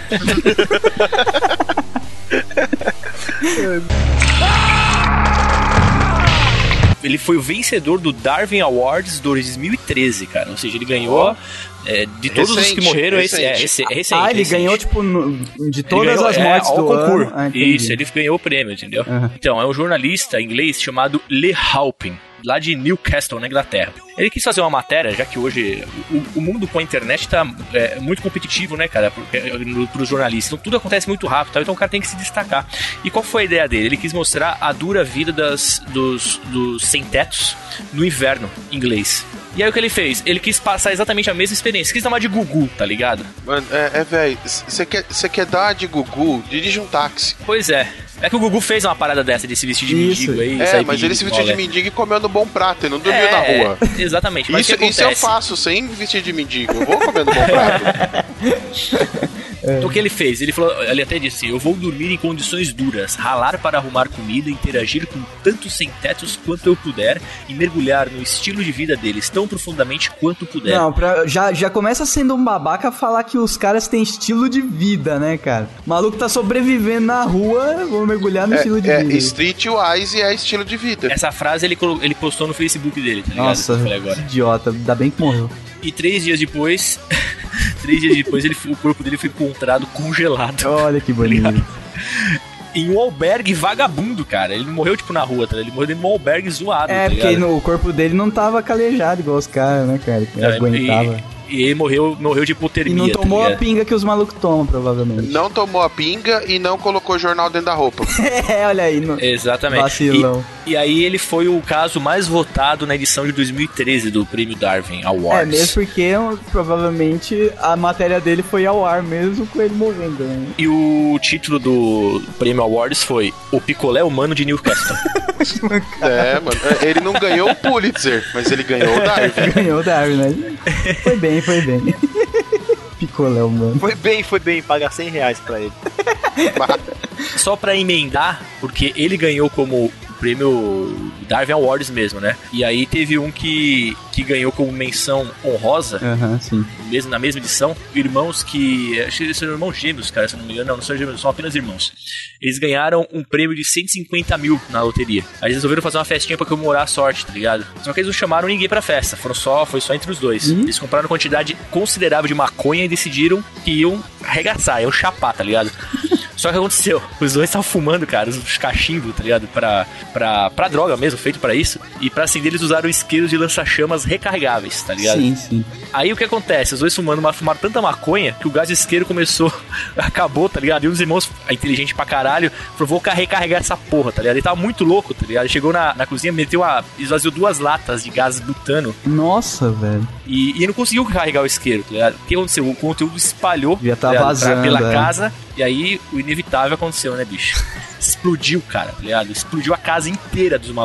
Ele foi o vencedor do Darwin Awards dois mil e treze, cara. Ou seja, ele ganhou é, de todos os que Recente, morreram. Esse, é, recente. esse, é recente. Ah, ele recente. ganhou, tipo, no- de Ele todas ganhou, as é, mortes ao do concurso. ano. Ah, entendi. Isso, ele ganhou o prêmio, entendeu? Aham. Então, é um jornalista inglês chamado Lee Halpin, lá de Newcastle, na Inglaterra. Ele quis fazer uma matéria, já que hoje o, o mundo com a internet tá é, muito competitivo, né, cara, para os jornalistas. Então tudo acontece muito rápido, tá? Então o cara tem que se destacar. E qual foi a ideia dele? Ele quis mostrar a dura vida das, dos, dos sem-tetos no inverno inglês. E aí o que ele fez? Ele quis passar exatamente a mesma experiência. Quis dar uma de Gugu, tá ligado? Mano, é, é velho, você quer, você quer dar de Gugu, dirige um táxi. Pois é. É que o Gugu fez uma parada dessa, de se vestir de Isso. mendigo aí. É, sair mas ele se pedindo vestiu de esmola. mendigo e comeu no bom prato, ele não dormiu É, na rua. Exatamente. Mas Isso, o que isso eu acontece? faço sem vestir de mendigo. Eu vou comer no bom prato. Então o que ele fez? Ele falou, ele até disse: eu vou dormir em condições duras, ralar para arrumar comida, interagir com tantos sem-tetos quanto eu puder e mergulhar no estilo de vida deles tão profundamente quanto puder. Não, pra, já, já começa sendo um babaca falar que os caras têm estilo de vida, né, cara? O maluco tá sobrevivendo na rua, vou mergulhar no estilo de É, é vida. streetwise é estilo de vida. Essa frase ele, colo- ele postou no Facebook dele, tá ligado? Nossa, Que eu falei que agora. idiota, ainda bem que morreu. E três dias depois, três dias depois ele, o corpo dele foi encontrado congelado. Olha que bonito. Em um albergue vagabundo, cara. Ele não morreu, tipo, na rua, tá? Ele morreu dentro de um albergue zoado, É, tá porque ligado? no, o corpo dele não tava calejado igual os caras, né, cara? Que É, aguentava. E, e ele morreu, morreu de E hipotermia, não tomou tá a ligado? pinga que os malucos tomam, provavelmente. Não tomou a pinga e não colocou jornal dentro da roupa. É, olha aí. No... Exatamente. Vacilão. E, e aí ele foi o caso mais votado na edição de dois mil e treze do Prêmio Darwin Awards. É, mesmo porque provavelmente a matéria dele foi ao ar mesmo com ele morrendo, né? E o título do Prêmio Awards foi O Picolé Humano de Newcastle. É, mano. Ele não ganhou o Pulitzer, mas ele ganhou o Darwin. Ganhou o Darwin, né? Foi bem, foi bem. Picolé, mano. Foi bem, foi bem, pagar cem reais pra ele. Só pra emendar, porque ele ganhou como o prêmio Darwin Awards mesmo, né? E aí teve um que, que ganhou como menção honrosa, Aham, sim. mesmo, na mesma edição, irmãos que... Acho que eles são irmãos gêmeos, cara, se eu não me engano. Não, não são gêmeos, são apenas irmãos. Eles ganharam um prêmio de cento e cinquenta mil na loteria. Aí eles resolveram fazer uma festinha pra comemorar a sorte, tá ligado? Só que eles não chamaram ninguém pra festa, foram só, foi só entre os dois. Ih. Eles compraram uma quantidade considerável de maconha e decidiram que iam arregaçar, iam chapar, tá ligado? Só que o que aconteceu? Os dois estavam fumando, cara, os cachimbos, tá ligado? Pra, pra, pra droga mesmo, feito pra isso. E pra acender eles usaram isqueiros de lança-chamas recarregáveis, tá ligado? Sim, sim. Aí o que acontece? Os dois fumando, mas fumaram tanta maconha que o gás de isqueiro começou, acabou, tá ligado? E um dos irmãos, inteligente pra caralho, falou, vou recarregar essa porra, tá ligado? Ele tava muito louco, tá ligado? Ele chegou na, na cozinha, meteu a... esvaziou duas latas de gás butano Nossa, velho. e, e ele não conseguiu carregar o isqueiro, tá ligado? O que aconteceu? O conteúdo espalhou Devia tá tá ligado? vazando, Pra- pela é. casa, e aí o inevitável aconteceu, né, bicho? Explodiu, cara, tá ligado? Explodiu a casa inteira dos malucos.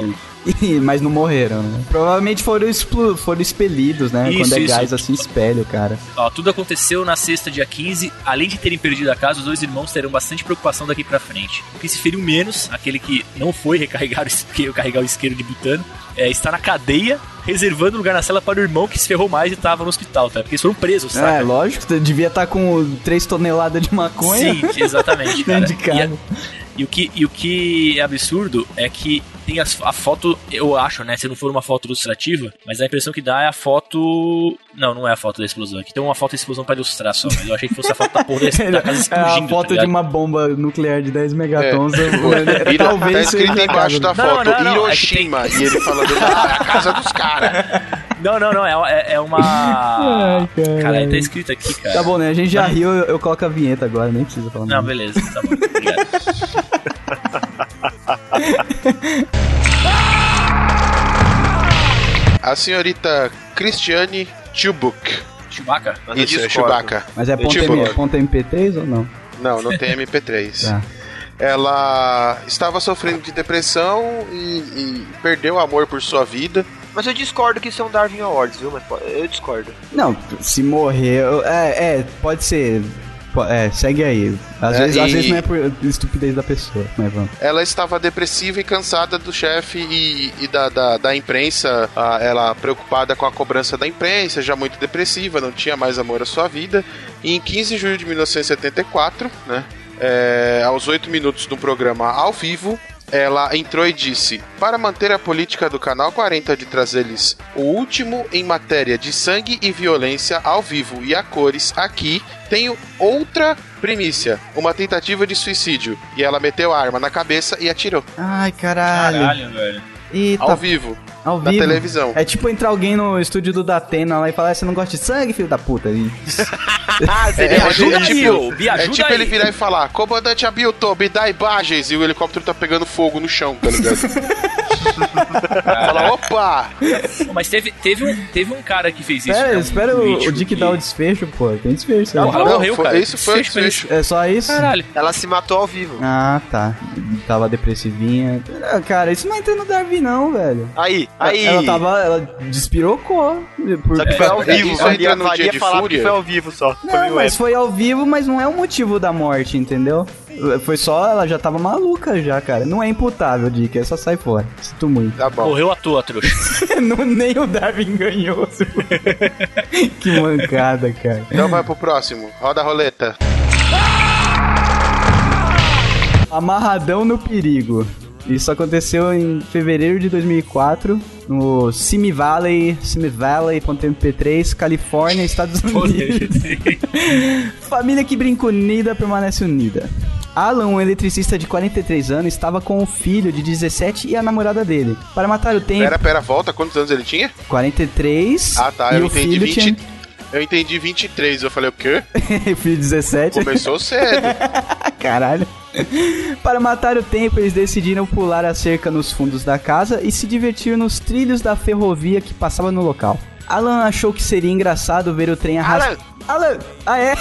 E, mas não morreram, né? Provavelmente foram, expl- foram expelidos, né? Isso, Quando é isso. gás assim, espelha o cara. Ó, tudo aconteceu na sexta, dia quinze. Além de terem perdido a casa, os dois irmãos terão bastante preocupação daqui pra frente. O que se feriu menos, aquele que não foi recarregar o, isque- carregar o isqueiro de butano, é, está na cadeia, reservando lugar na cela para o irmão que se ferrou mais e tava no hospital, tá? Porque eles foram presos, sabe? É, lógico, devia estar com três toneladas de maconha. Sim, exatamente, cara. Dentro de casa. E, a- e o que, e o que é absurdo é que tem as- a foto, eu acho, né? Se não for uma foto ilustrativa, mas a impressão que dá é a foto. Não, não é a foto da explosão. Aqui tem uma foto da explosão pra ilustrar só, mas eu achei que fosse a foto da porra da, da casa É a explodindo. foto tá de ligado? uma bomba nuclear de dez megatons. É. eu- Ira- Talvez tá escrito seja embaixo da Não, foto, não, não, é que Hiroshima, e ele falando, ah, é a casa dos caras. Não, não, não, é, é, é uma. Ai, cara. Cara, tá escrito aqui, cara. Tá bom, né? A gente já riu, eu, eu coloco a vinheta agora, nem precisa falar Não, nada. beleza, tá bom. Obrigado. A senhorita Cristiane Chubuk. Chewbacca? Mas eu Isso, é discordo. Chewbacca. Mas é ponto, Tipo, M, ponto M P três ou não? Não, não tem M P três. Tá. Ela estava sofrendo de depressão e, e perdeu o amor por sua vida. Mas eu discordo que isso é um Darwin Awards, viu? Mas po- eu discordo. Não, se morrer. eu- É, é, pode ser. Po- É, segue aí. Às, É, vezes, às e- vezes não é por estupidez da pessoa, mas vamos. Ela estava depressiva e cansada do chefe e, e da, da, da imprensa. Ah, ela preocupada com a cobrança da imprensa, já muito depressiva, não tinha mais amor à sua vida. E em quinze de julho de mil novecentos e setenta e quatro, né, é, aos oito minutos do programa ao vivo, ela entrou e disse: para manter a política do Canal quarenta de trazer-lhes o último em matéria de sangue e violência ao vivo e a cores, aqui tenho outra primícia, uma tentativa de suicídio. E ela meteu a arma na cabeça e atirou. Ai, caralho. Caralho, velho. Eita, Ao vivo, ao na vivo. televisão. É tipo entrar alguém no estúdio do Datena lá e falar: você não gosta de sangue, filho da puta? E... Ah, É, seria é, ajuda é aí, tipo, ô, me é ajuda tipo aí. ele virar e falar: comandante Abilton, me dá imagens. E o helicóptero tá pegando fogo no chão, tá ligado? Fala, opa! Pô, mas teve, teve, um, teve um cara que fez isso. Espera, né, um espera o, político o Dick que- dar o desfecho, pô. Tem desfecho aí. Não, ela Não, morreu, foi- cara. isso foi o Desfecho pra desfecho. É só isso? Caralho. Ela se matou ao vivo. Ah, tá. Tava depressivinha. Ah, cara, isso não entra no Darwin, não, velho. Aí, aí. Ela tava. Ela despirocou. Por... Só que foi ao É, vivo, isso valia, entra no valia dia de falar fúria? que foi ao vivo só. foi Não, meio mas épico. foi ao vivo, mas não é o motivo da morte, entendeu? Foi só, ela já tava maluca já, cara. Não é imputável, Dick, é só sai fora. Sinto muito. Tá bom. Morreu à toa, trouxa. Não, nem o Darwin ganhou. Que mancada, cara. Então vai pro próximo. Roda a roleta. Amarradão no perigo. Isso aconteceu em fevereiro de dois mil e quatro, no Simi Valley, Simi Valley ponto M P três, Califórnia, Estados Unidos. Família que brinca unida permanece unida. Alan, um eletricista de quarenta e três anos, estava com o filho de dezessete e a namorada dele. Para matar o tempo, Pera, pera, volta. Quantos anos ele tinha? quarenta e três. Ah, tá. e Eu o entendi filho vinte. tinha... Eu entendi vinte e três. Eu falei, o quê? o filho dezessete. Começou cedo. Caralho. Para matar o tempo, eles decidiram pular a cerca nos fundos da casa e se divertir nos trilhos da ferrovia que passava no local. Alan achou que seria engraçado ver o trem arrastar... Alan! Ah, é?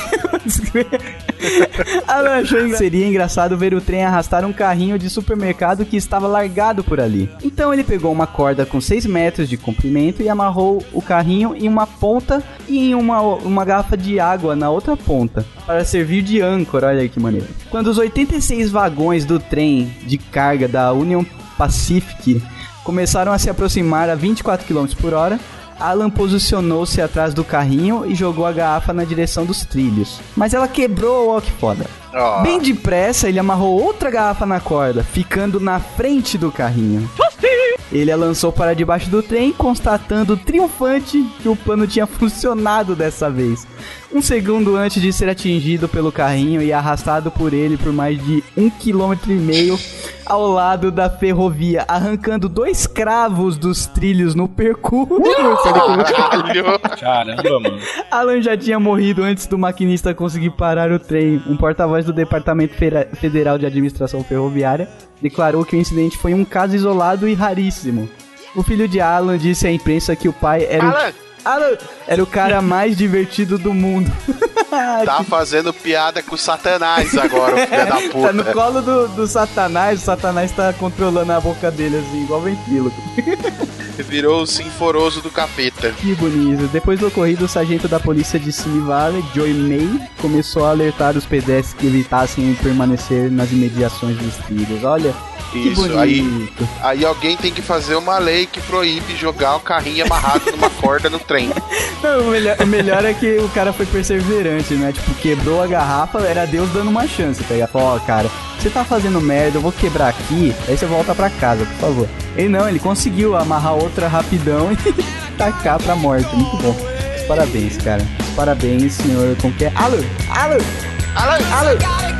Alan achou que seria engraçado ver o trem arrastar um carrinho de supermercado que estava largado por ali. Então ele pegou uma corda com seis metros de comprimento e amarrou o carrinho em uma ponta e em uma, uma garrafa de água na outra ponta, para servir de âncora. Olha aí que maneiro. Quando os oitenta e seis vagões do trem de carga da Union Pacific começaram a se aproximar a vinte e quatro quilômetros por hora, Alan posicionou-se atrás do carrinho e jogou a garrafa na direção dos trilhos. Mas ela quebrou, ó que foda. Ó. Bem depressa, ele amarrou outra garrafa na corda, ficando na frente do carrinho. Ele a lançou para debaixo do trem, constatando triunfante que o plano tinha funcionado dessa vez. Um segundo antes de ser atingido pelo carrinho e arrastado por ele por mais de um quilômetro e meio ao lado da ferrovia, arrancando dois cravos dos trilhos no percurso. Caralho. Caramba, mano. Alan já tinha morrido antes do maquinista conseguir parar o trem. Um porta-voz do Departamento Fera- Federal de Administração Ferroviária declarou que o incidente foi um caso isolado e raríssimo. O filho de Alan disse à imprensa que o pai era Alan! o... Alan era o cara mais divertido do mundo. Tá fazendo piada com o Satanás agora, o filho da puta. Tá no colo do, do Satanás, o Satanás tá controlando a boca dele assim, igual ventríloco. Virou o sinforoso do capeta. Que bonito. Depois do ocorrido, o sargento da polícia de Simi Valley, Joy May, começou a alertar os pedestres que evitassem permanecer nas imediações dos trilhos. Olha, que Isso, bonito. aí, aí alguém tem que fazer uma lei que proíbe jogar o carrinho amarrado numa corda no trem. Não, o, melhor, o melhor é que o cara foi perseverante, né? Tipo, quebrou a garrafa, era Deus dando uma chance, tá ligado? Falou, ó, cara, você tá fazendo merda, eu vou quebrar aqui, aí você volta pra casa, por favor. Ele não, ele conseguiu amarrar outra rapidão e tacar pra morte. Muito bom. Os parabéns, cara. Os parabéns, senhor. Como que é? Alô! Alô! Alô! Alô!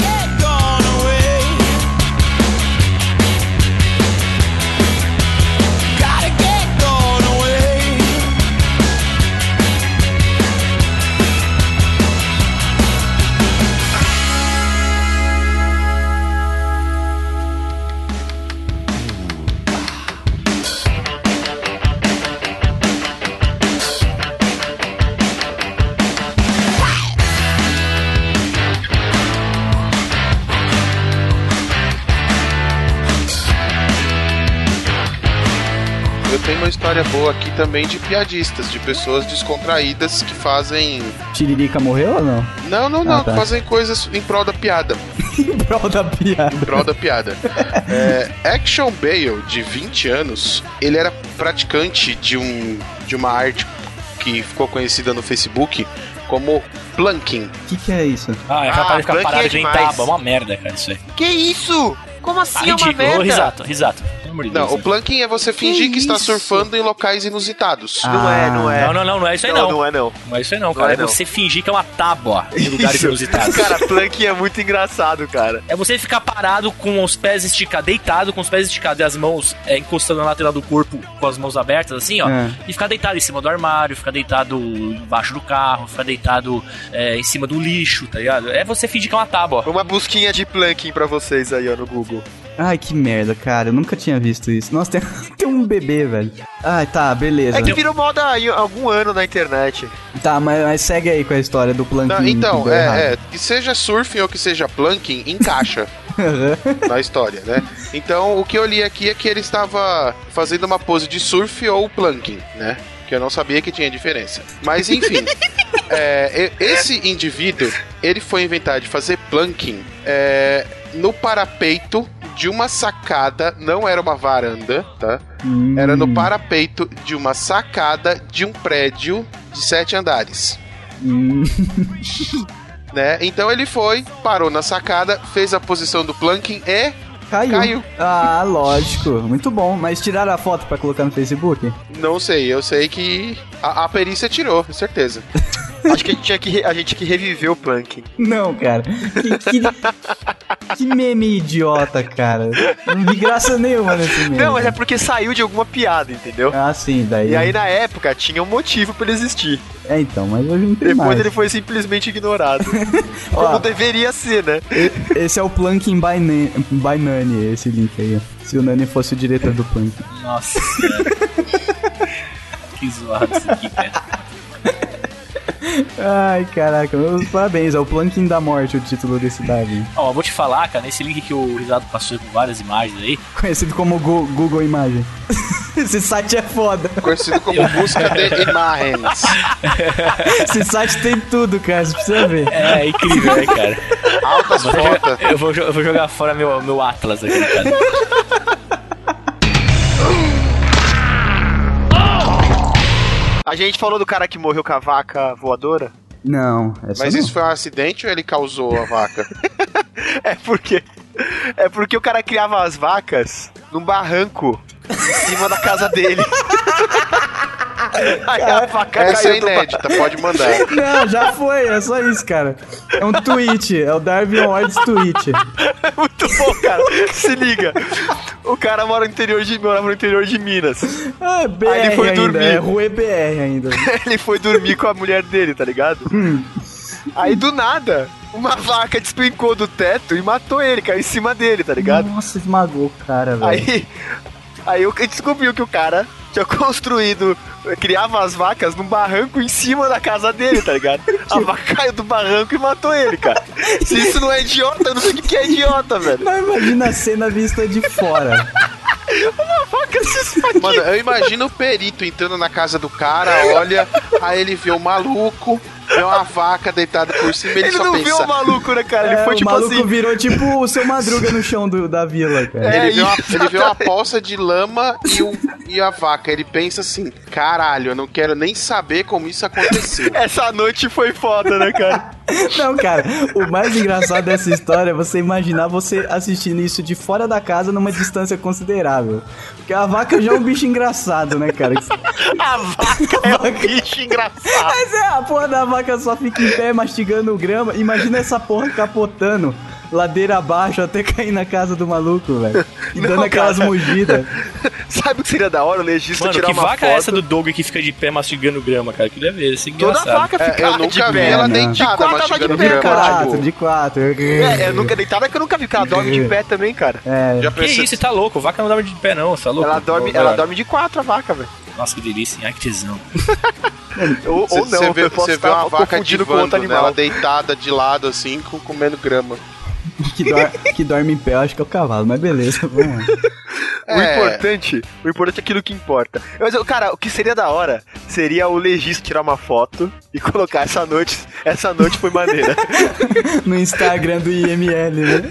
Tem uma história boa aqui também de piadistas, de pessoas descontraídas que fazem... Tiririca morreu ou não? Não, não, não, ah, tá. que fazem coisas em prol da piada. Em prol da piada. Em prol da piada. é, Action Bale, de vinte anos, ele era praticante de, um, de uma arte que ficou conhecida no Facebook como plunking. O que, que é isso? Ah, é Ah, capaz de ficar plunking parado é que nem demais. tábua, é uma merda, cara, isso aí. Que isso? Como assim Ah, é uma ridículo, merda? risato, risato. Pelo amor de Deus, Não, o né? plunking é você fingir que, Que está isso? surfando em locais inusitados. Não é, não é. Não, não, não, não é isso aí Não, não. não é não. Não é isso aí não, Não cara. é É, não. você fingir que é uma tábua em lugares Isso. inusitados. Cara, plunk é muito engraçado, cara. É você ficar parado com os pés esticados, deitado com os pés esticados e as mãos é, encostando na lateral do corpo com as mãos abertas, assim, ó. É. E ficar deitado em cima do armário, ficar deitado embaixo do carro, ficar deitado é, em cima do lixo, tá ligado? É você fingir que é uma tábua. Uma busquinha de plunking pra vocês aí, ó, no Google. Ai, que merda, cara. Eu nunca tinha visto isso. Nossa, tem, tem um bebê, velho. Ai, tá, beleza. É que virou moda há algum ano na internet. Tá, mas, mas segue aí com a história do plunking. Não, então, que deu errado. é, é, que seja surfing ou que seja plunking, encaixa na história, né? Então, o que eu li aqui é que ele estava fazendo uma pose de surf ou plunking, né? Que eu não sabia que tinha diferença. Mas, enfim, é, esse indivíduo, ele foi inventar de fazer plunking é, no parapeito de uma sacada, não era uma varanda, tá? Hum. Era no parapeito de uma sacada de um prédio de sete andares. Hum. Né? Então ele foi, parou na sacada, fez a posição do plunking e Caiu. Caiu. Ah, lógico. Muito bom. Mas tiraram a foto pra colocar no Facebook? não sei, eu sei que a, a perícia tirou, com certeza. Acho que a gente tinha que, re- a gente tinha que reviver o plunking. Não, cara. Que, que, que meme idiota, cara. Não vi graça nenhuma nesse meme. Não, mas é porque saiu de alguma piada, entendeu? Ah, sim, daí... E aí na época tinha um motivo pra ele existir. É, então, mas hoje não tem Depois mais. ele foi simplesmente ignorado. Como Ó, deveria ser, né? e- esse é o Plunking by, Nan- by Nani, esse link aí. Ó. Se o Nani fosse o diretor do Plunking. Nossa, cara. Que zoado isso aqui, cara. Ai, caraca, meus parabéns. É o Plunking da Morte o título desse dado. Ó, eu vou te falar, cara, nesse link que o Risado passou com várias imagens aí. Conhecido como Gu- Google Imagem. Esse site é foda. Conhecido como busca de imagens. Esse site tem tudo, cara. Você precisa ver. É, é incrível, né, cara? Altas Vou fotos. jogar- eu, vou, jo- eu vou jogar fora meu, meu Atlas aqui, cara. A gente falou do cara que morreu com a vaca voadora. Não, essa Mas não. isso foi um acidente ou ele causou a vaca? É porque. É porque o cara criava as vacas num barranco em cima da casa dele. Aí a vaca Essa é caiu do inédita, pode mandar. Não, já foi, é só isso, cara. É um tweet, é o Darwin Awards tweet. É muito bom, cara. Se liga. O cara mora no interior de, morava no interior de Minas. Ah, B R Aí ele foi ainda, dormir. é Rue B R ainda. Ele foi dormir com a mulher dele, tá ligado? Aí do nada, uma vaca despencou do teto e matou ele, caiu em cima dele, tá ligado? Nossa, esmagou o cara, velho. Aí, aí eu descobriu que o cara tinha construído criava as vacas num barranco em cima da casa dele, tá ligado? A vaca caiu do barranco e matou ele, cara. Se isso não é idiota, eu não sei o que é idiota, velho. Mas imagina a cena vista de fora. Uma vaca se esfaqueou. Mano, eu imagino o perito entrando na casa do cara, olha, aí ele vê o maluco, vê uma vaca deitada por cima, ele, Ele só não pensa... viu o maluco, né, cara? Ele É, foi o tipo maluco assim. virou tipo o seu Madruga no chão do, da vila, cara. É, Ele vê, uma, isso, ele vê uma poça de lama e, o, e a vaca. Ele pensa assim: caralho, eu não quero nem saber como isso aconteceu. Essa noite foi foda, né, cara? Não, cara, o mais engraçado dessa história é você imaginar você assistindo isso de fora da casa numa distância considerável. Porque a vaca já é um bicho engraçado, né, cara? A vaca é um bicho engraçado. Mas é, a porra da vaca só fica em pé mastigando grama. Imagina essa porra capotando ladeira abaixo até cair na casa do maluco, velho. E Não, dando aquelas cara. mugidas. Sabe o que seria da hora? O legista Mano, tirar que uma vaca foto. é essa do Doug que fica de pé mastigando grama, cara? Que deve ser Toda engraçado. vaca É, fica eu de nunca vi pé. ela né? deitada De quatro ela mastigando de pé, De grama. caralho. quatro, de quatro. É, eu nunca deitada que eu nunca vi, porque ela dorme de pé também, cara. É. Já Que pensei... isso, você tá louco? Vaca não dorme de pé, não, você tá louco? Ela dorme, Ô, ela cara. dorme de quatro, a vaca, velho. Nossa, que delícia, hein? Ai, que tesão. Ou, ou não, Você vê, eu posso você vê estar uma vaca confundindo com outro divando, né? animal. Ela deitada de lado assim, com, comendo grama. Que, dor- que dorme em pé, eu acho que é o cavalo, mas beleza, vamos lá. O É. importante, o importante é aquilo que importa. Mas, cara, o que seria da hora seria o legista tirar uma foto e colocar essa noite, essa noite foi maneira. No Instagram do I M L, né?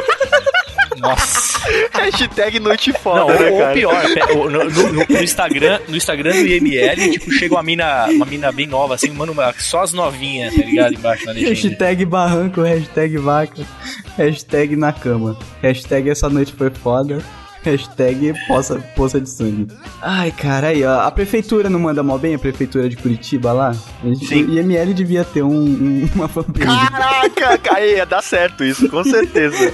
Nossa. Hashtag noite foda, Não, né, ou, cara? ou pior, pe- no, no- no- no Instagram, no Instagram do I M L, tipo, chega uma mina, uma mina bem nova, assim, mano, só as novinhas, tá ligado? Embaixo na legenda. Hashtag barranco, hashtag vaca, hashtag na cama, hashtag essa noite foi foda, hashtag poça, poça de sangue. Ai, cara, aí, ó, a prefeitura não manda mal bem, a prefeitura de Curitiba lá? Sim. O I M L devia ter um, um- uma fanpage. Caraca, cara, ia dar certo isso, com certeza.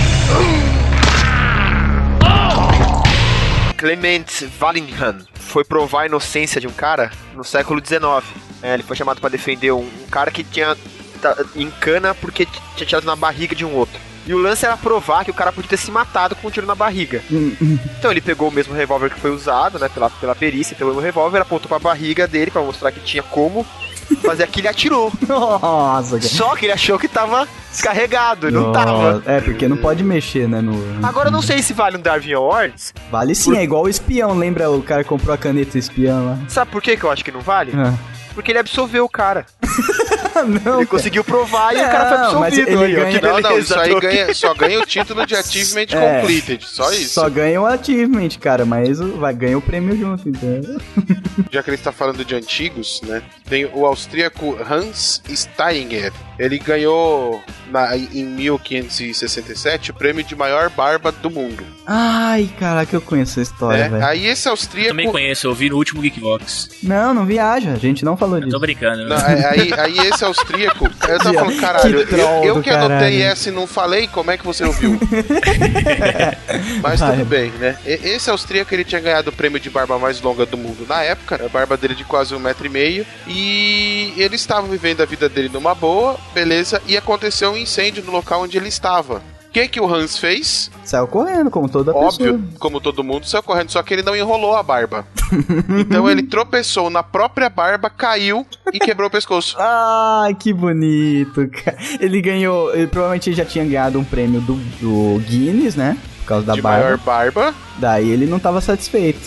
Clement Wallingham foi provar a inocência de um cara no século dezenove. É, ele foi chamado pra defender um, um cara que tinha tá, em cana porque t- tinha tirado na barriga de um outro. E o lance era provar que o cara podia ter se matado com um tiro na barriga. Então ele pegou o mesmo revólver que foi usado, né, pela, pela perícia, pegou o revólver, apontou pra barriga dele pra mostrar que tinha como fazer aquilo e atirou. Nossa, cara. Só que ele achou que tava descarregado, e não tava. Nossa, é, porque não pode mexer, né, no... Agora eu não sei se vale um Darwin Awards. Vale sim, é igual o espião, lembra o cara que comprou a caneta espião lá? Sabe por que que eu acho que não vale? Ah. Porque ele absolveu o cara. não, Ele cara. conseguiu provar e o cara foi Não, mas absolvido. ele Aí, ó, ganha- que Não, não, beleza, isso aí troquei. ganha, só ganha o título de Achievement É. Completed, só isso. Só ganha o achievement, cara, mas o- vai ganhar o prêmio junto, então. Já que ele está falando de antigos, né? Tem o austríaco Hans Steininger. Ele ganhou na- em mil quinhentos e sessenta e sete o prêmio de maior barba do mundo. Ai, caraca, eu conheço essa história, né? velho. Aí esse austríaco. Também conheço, eu vi no último Geekvox. Não, não viaja, a gente não falou Eu tô disso. brincando. Não, aí, aí esse austríaco, eu tava falando, caralho, Que troll eu, eu do que anotei caralho. essa e não falei, como é que você ouviu? Mas Vai. tudo bem, né? E- Esse austríaco, ele tinha ganhado o prêmio de barba mais longa do mundo na época, a barba dele de quase um metro e meio, e ele estava vivendo a vida dele numa boa, beleza, e aconteceu um incêndio no local onde ele estava. O que que o Hans fez? Saiu correndo, como toda Óbvio, pessoa. como todo mundo, saiu correndo, só que ele não enrolou a barba. Então ele tropeçou na própria barba, caiu e quebrou o pescoço. Ai, que bonito, cara. Ele ganhou, ele provavelmente já tinha ganhado um prêmio do, do Guinness, né? Por causa da de barba. maior barba. Daí ele não tava satisfeito.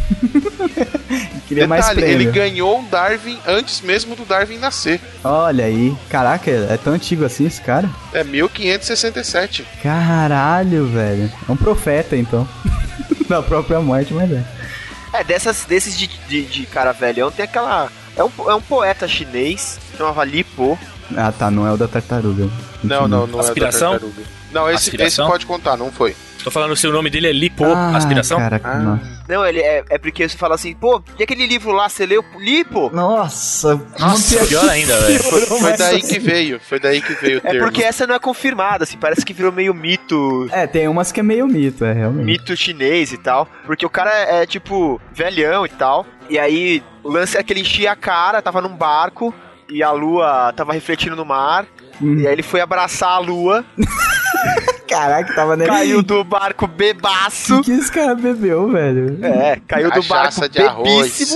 Queria mais Detalhe, prêmio. ele ganhou o Darwin antes mesmo do Darwin nascer. Olha aí. Caraca, é tão antigo assim esse cara? É mil quinhentos e sessenta e sete. Caralho, velho. É um profeta, então. Da própria morte, mas é. É, dessas, desses de, de, de cara velhão, tem aquela... É um, é um poeta chinês, chamava Li Po. Ah, tá, não é o da tartaruga. Não, não, não Aspiração? é da tartaruga. Não, esse, esse Aspiração? pode contar, não foi. Tô falando se o nome dele é Lipo, Ah, aspiração? Cara, Ah. não. Não, ele é, é porque você fala assim, pô, e aquele livro lá, você leu? Li, pô? Nossa, Nossa, pior ainda, velho. Foi, foi daí que veio, foi daí que veio o É termo. porque essa não é confirmada, assim, parece que virou meio mito... É, tem umas que é meio mito, é, realmente. Mito chinês e tal, porque o cara é, tipo, velhão e tal, e aí o lance é que ele enchia a cara, tava num barco, e a lua tava refletindo no mar, Hum. e aí ele foi abraçar a lua, Caraca, tava nele. caiu do barco bebaço, O que esse cara bebeu, velho? é, caiu do Cachaça barco de arroz. bebíssimo,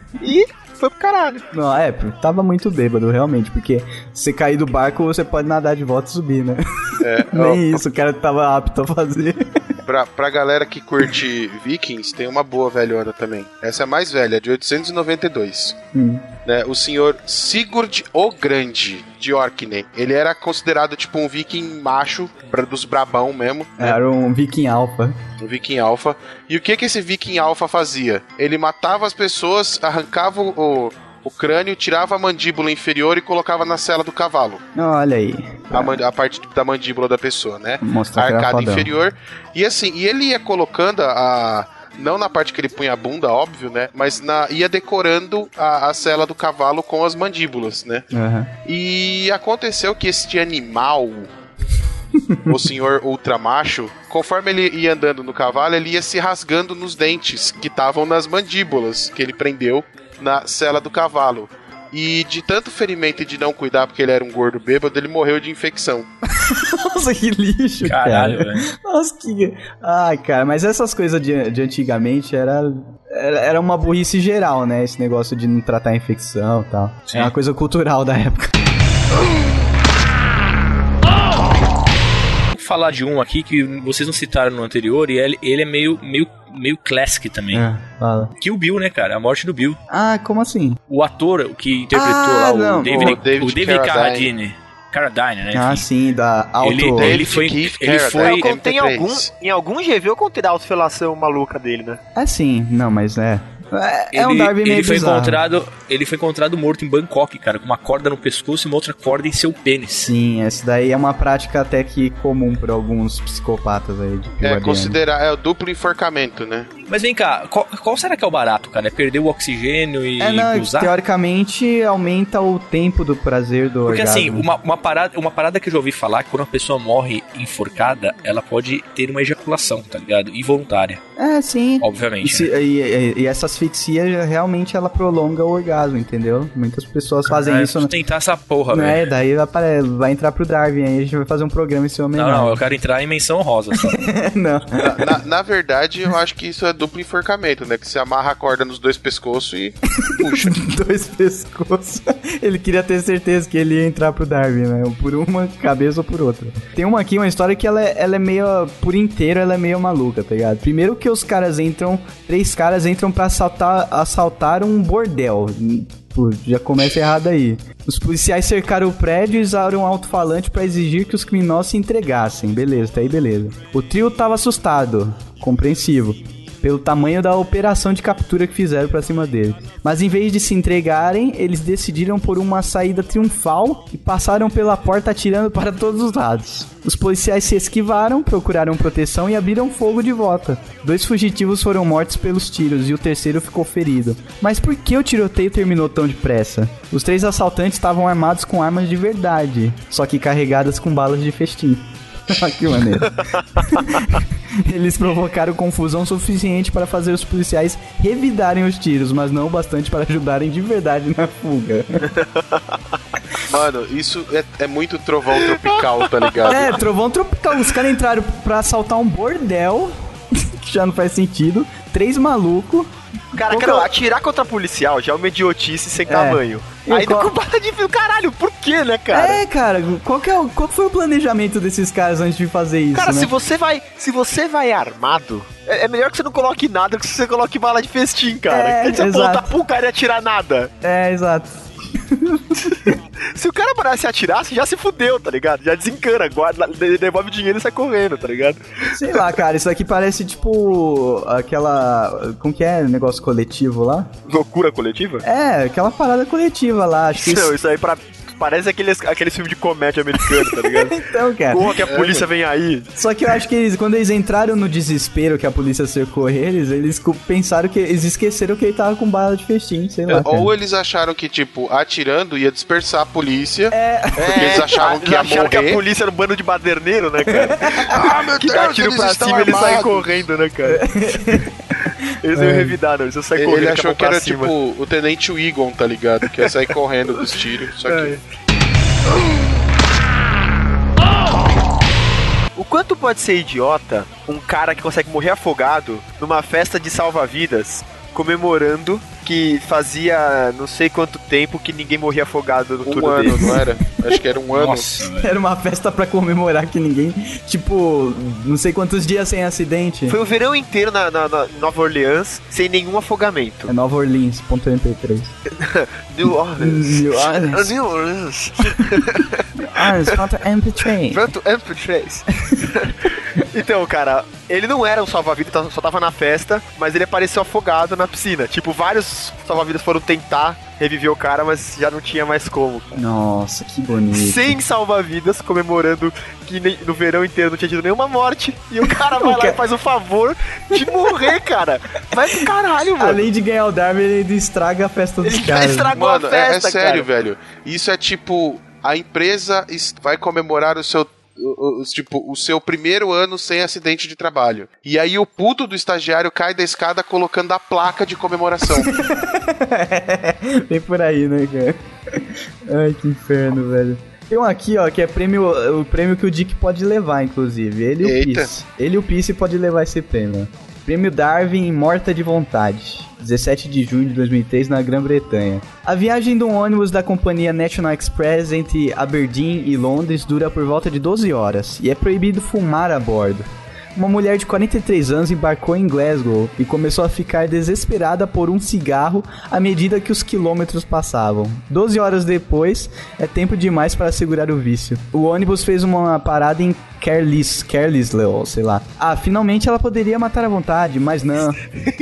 e foi pro caralho. Não, é, tava muito bêbado, realmente, porque se você cair do barco, você pode nadar de volta e subir, né? É, Nem ó, isso, o cara tava apto a fazer. Pra, pra galera que curte Vikings, tem uma boa velhona também. Essa é a mais velha, de oitocentos e noventa e dois. Hum. Né, o senhor Sigurd o Grande, de Orkney. Ele era considerado tipo um viking macho, pra, dos brabão mesmo. Né? Era um viking alfa. Um viking alfa. E o que que esse viking alfa fazia? Ele matava as pessoas, arrancava o... o crânio, tirava a mandíbula inferior e colocava na sela do cavalo. Olha aí. A, man- a parte da mandíbula da pessoa, né? Mostrar a que era arcada fodão. inferior. E assim, e ele ia colocando a... não na parte que ele punha a bunda, óbvio, né? Mas na, ia decorando a, a sela do cavalo com as mandíbulas, né? Uhum. E aconteceu que este animal... o senhor ultramacho, conforme ele ia andando no cavalo, ele ia se rasgando nos dentes que estavam nas mandíbulas que ele prendeu na sela do cavalo. E de tanto ferimento e de não cuidar, porque ele era um gordo bêbado, ele morreu de infecção. Nossa, que lixo, Caralho, cara. velho. Nossa, que... Ai, cara, mas essas coisas de, de antigamente era, era, era uma burrice geral, né? Esse negócio de não tratar a infecção e tal. Sim. É uma coisa cultural da época. Vou falar de um aqui que vocês não citaram no anterior e ele, ele é meio, meio, meio classic também. É, fala. Que o Bill, né, cara? A morte do Bill. Ah, como assim? O ator o que interpretou Ah, lá, não. o David, O David o David Carradine. Carradine. Carradine, né? Ah, Enfim. sim, da auto... Ele, ele David foi. Keith Ele Carradine. foi. Eu contei em M P três. algum, em algum G V, eu contei da autofelação maluca dele, né? É sim, não, mas é... É, é um Ele, Darwin meio ele foi bizarro. encontrado, ele foi encontrado morto em Bangkok, cara, com uma corda no pescoço e uma outra corda em seu pênis. Sim, essa daí é uma prática até que comum para alguns psicopatas aí de É, P U A B N. considerar, é o duplo enforcamento, né? Mas vem cá, qual, qual será que é o barato, cara? É perder o oxigênio e É, não, usar? teoricamente aumenta o tempo do prazer do Porque orgasmo. assim, uma, uma, parada, uma parada que eu já ouvi falar, que quando uma pessoa morre enforcada, ela pode ter uma ejaculação, tá ligado? Involuntária, É, sim. E, obviamente. se- né? e- e- e essa asfixia realmente ela prolonga o orgasmo, entendeu? Muitas pessoas fazem É, isso, preciso tentar essa porra, né? velho. Daí apare- vai entrar pro Darwin aí, a gente vai fazer um programa em seu Não, homenagem. não, eu quero entrar em menção rosa. Só. não. Na, na- na verdade, eu acho que isso é duplo enforcamento, né? Que você amarra a corda nos dois pescoços e puxa. Dois pescoços. Ele queria ter certeza que ele ia entrar pro Darwin, né? Ou por uma cabeça ou por outra. Tem uma aqui, uma história que ela é, ela é meio... Por inteiro, ela é meio maluca, tá ligado? Primeiro que os caras entram... Três caras entram pra assaltar, assaltar um bordel. Pô, já começa errado aí. Os policiais cercaram o prédio e usaram um alto-falante pra exigir que os criminosos se entregassem. Beleza, tá aí beleza. O trio tava assustado. Compreensivo. Pelo tamanho da operação de captura que fizeram pra cima dele. Mas em vez de se entregarem, eles decidiram por uma saída triunfal e passaram pela porta atirando para todos os lados. Os policiais se esquivaram, procuraram proteção e abriram fogo de volta. Dois fugitivos foram mortos pelos tiros e o terceiro ficou ferido. Mas por que o tiroteio terminou tão depressa? Os três assaltantes estavam armados com armas de verdade, só que carregadas com balas de festim. Que maneiro. Eles provocaram confusão suficiente para fazer os policiais revidarem os tiros, mas não o bastante para ajudarem de verdade na fuga. Mano, isso é, é muito trovão tropical, tá ligado? É, trovão tropical. Os caras entraram pra assaltar um bordel, que já não faz sentido. Três malucos. Cara, Qual cara, que é o- atirar contra policial já é uma idiotice sem É. tamanho. E Ainda qual- com bala de fio, caralho, por quê, né, cara? É, cara, qual, que é o, qual que foi o planejamento desses caras antes de fazer isso, Cara, né? se você vai, se você vai armado, é, é melhor que você não coloque nada que você coloque bala de festim, cara. É, Quer dizer, exato. apontar pro cara e atirar nada. É, exato. Se o cara parar se atirar, você já se fudeu, tá ligado? Já desencana, guarda, de- devolve o dinheiro e sai correndo, tá ligado? Sei lá, cara, isso aqui parece tipo aquela... Como que é? Negócio coletivo lá? Loucura coletiva? É, aquela parada coletiva lá, acho que Não, isso... isso aí pra, parece aqueles, aqueles filmes de comédia americano, tá ligado? Então, cara... Porra, que a polícia vem aí. Só que eu acho que eles, quando eles entraram no desespero que a polícia cercou eles, eles co- pensaram que... Eles esqueceram que ele tava com bala de festim, sei lá, cara. Ou eles acharam que, tipo, atirando ia dispersar a polícia. É, Porque eles achavam que ia Eles acharam que a morrer. polícia era um bando de baderneiro, né, cara? Ah, meu Que Deus, dá tiro eles pra estão cima e eles saem armados. correndo, né, cara? Eles iam revidar, não. Eles iam sair Ele, correndo ele com a achou mão que pra era, cima. tipo, o Tenente Egon, tá ligado? Que ia sair correndo dos tiros. Só que... O quanto pode ser idiota um cara que consegue morrer afogado numa festa de salva-vidas comemorando que fazia não sei quanto tempo que ninguém morria afogado no Um turno ano, dele. não era? Acho que era um ano. Nossa, velho. Era uma festa pra comemorar que ninguém, tipo, não sei quantos dias sem acidente. Foi o verão inteiro na, na- na Nova Orleans sem nenhum afogamento. É Nova Orleans, ponto M P três. New Orleans. New Orleans. New Orleans. Orleans, ponto M P três. Pronto, M P três. Então, cara, ele não era um salva-vidas, tá- só tava na festa, mas ele apareceu afogado na piscina. Tipo, vários salva-vidas foram tentar reviver o cara, mas já não tinha mais como. Nossa, que bonito. cem salva-vidas comemorando que nem- no verão inteiro não tinha tido nenhuma morte. E o cara vai lá cara- e faz o favor de morrer, cara. Vai pro caralho, mano. Além de ganhar o Darwin, ele ainda estraga a festa dos Ele caras. estragou Mano, a é, festa, é sério, cara. velho. Isso é tipo, a empresa es- vai comemorar o seu o, o- tipo, o seu primeiro ano sem acidente de trabalho. E aí o puto do estagiário cai da escada colocando a placa de comemoração. Tem por aí, né, cara? Ai, que inferno, velho. Tem um aqui, ó, que é prêmio, o prêmio que o Dick pode levar, inclusive. Ele e o Eita. Peace. Ele e o Peace pode levar esse prêmio. Prêmio Darwin Morta de Vontade. dezessete de junho de dois mil e três, na Grã-Bretanha. A viagem de um ônibus da companhia National Express entre Aberdeen e Londres dura por volta de doze horas, e é proibido fumar a bordo. Uma mulher de quarenta e três anos embarcou em Glasgow e começou a ficar desesperada por um cigarro à medida que os quilômetros passavam. doze horas depois, é tempo demais para segurar o vício. O ônibus fez uma parada em Carlisle, Carlisle, ou sei lá. Ah, finalmente ela poderia matar à vontade, mas não.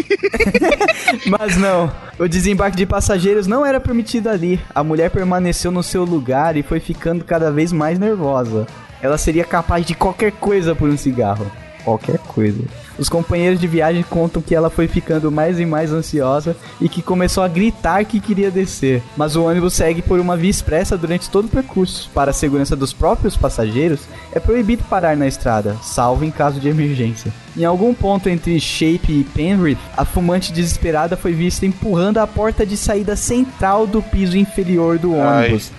Mas não. O desembarque de passageiros não era permitido ali. A mulher permaneceu no seu lugar e foi ficando cada vez mais nervosa. Ela seria capaz de qualquer coisa por um cigarro. Qualquer coisa. Os companheiros de viagem contam que ela foi ficando mais e mais ansiosa e que começou a gritar que queria descer. Mas o ônibus segue por uma via expressa durante todo o percurso. Para a segurança dos próprios passageiros, é proibido parar na estrada, salvo em caso de emergência. Em algum ponto entre Shape e Penrith, a fumante desesperada foi vista empurrando a porta de saída central do piso inferior do ônibus.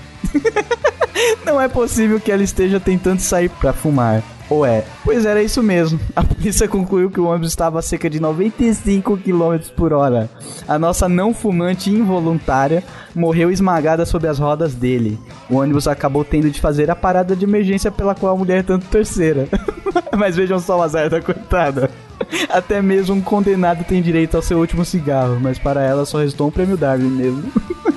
Não é possível que ela esteja tentando sair para fumar. Ou é? Pois era isso mesmo. A polícia concluiu que o ônibus estava a cerca de noventa e cinco quilômetros por hora. A nossa não fumante involuntária morreu esmagada sob as rodas dele. O ônibus acabou tendo de fazer a parada de emergência pela qual a mulher tanto torcera. Mas vejam só o azar da coitada. Até mesmo um condenado tem direito ao seu último cigarro, mas para ela só restou um prêmio Darwin mesmo.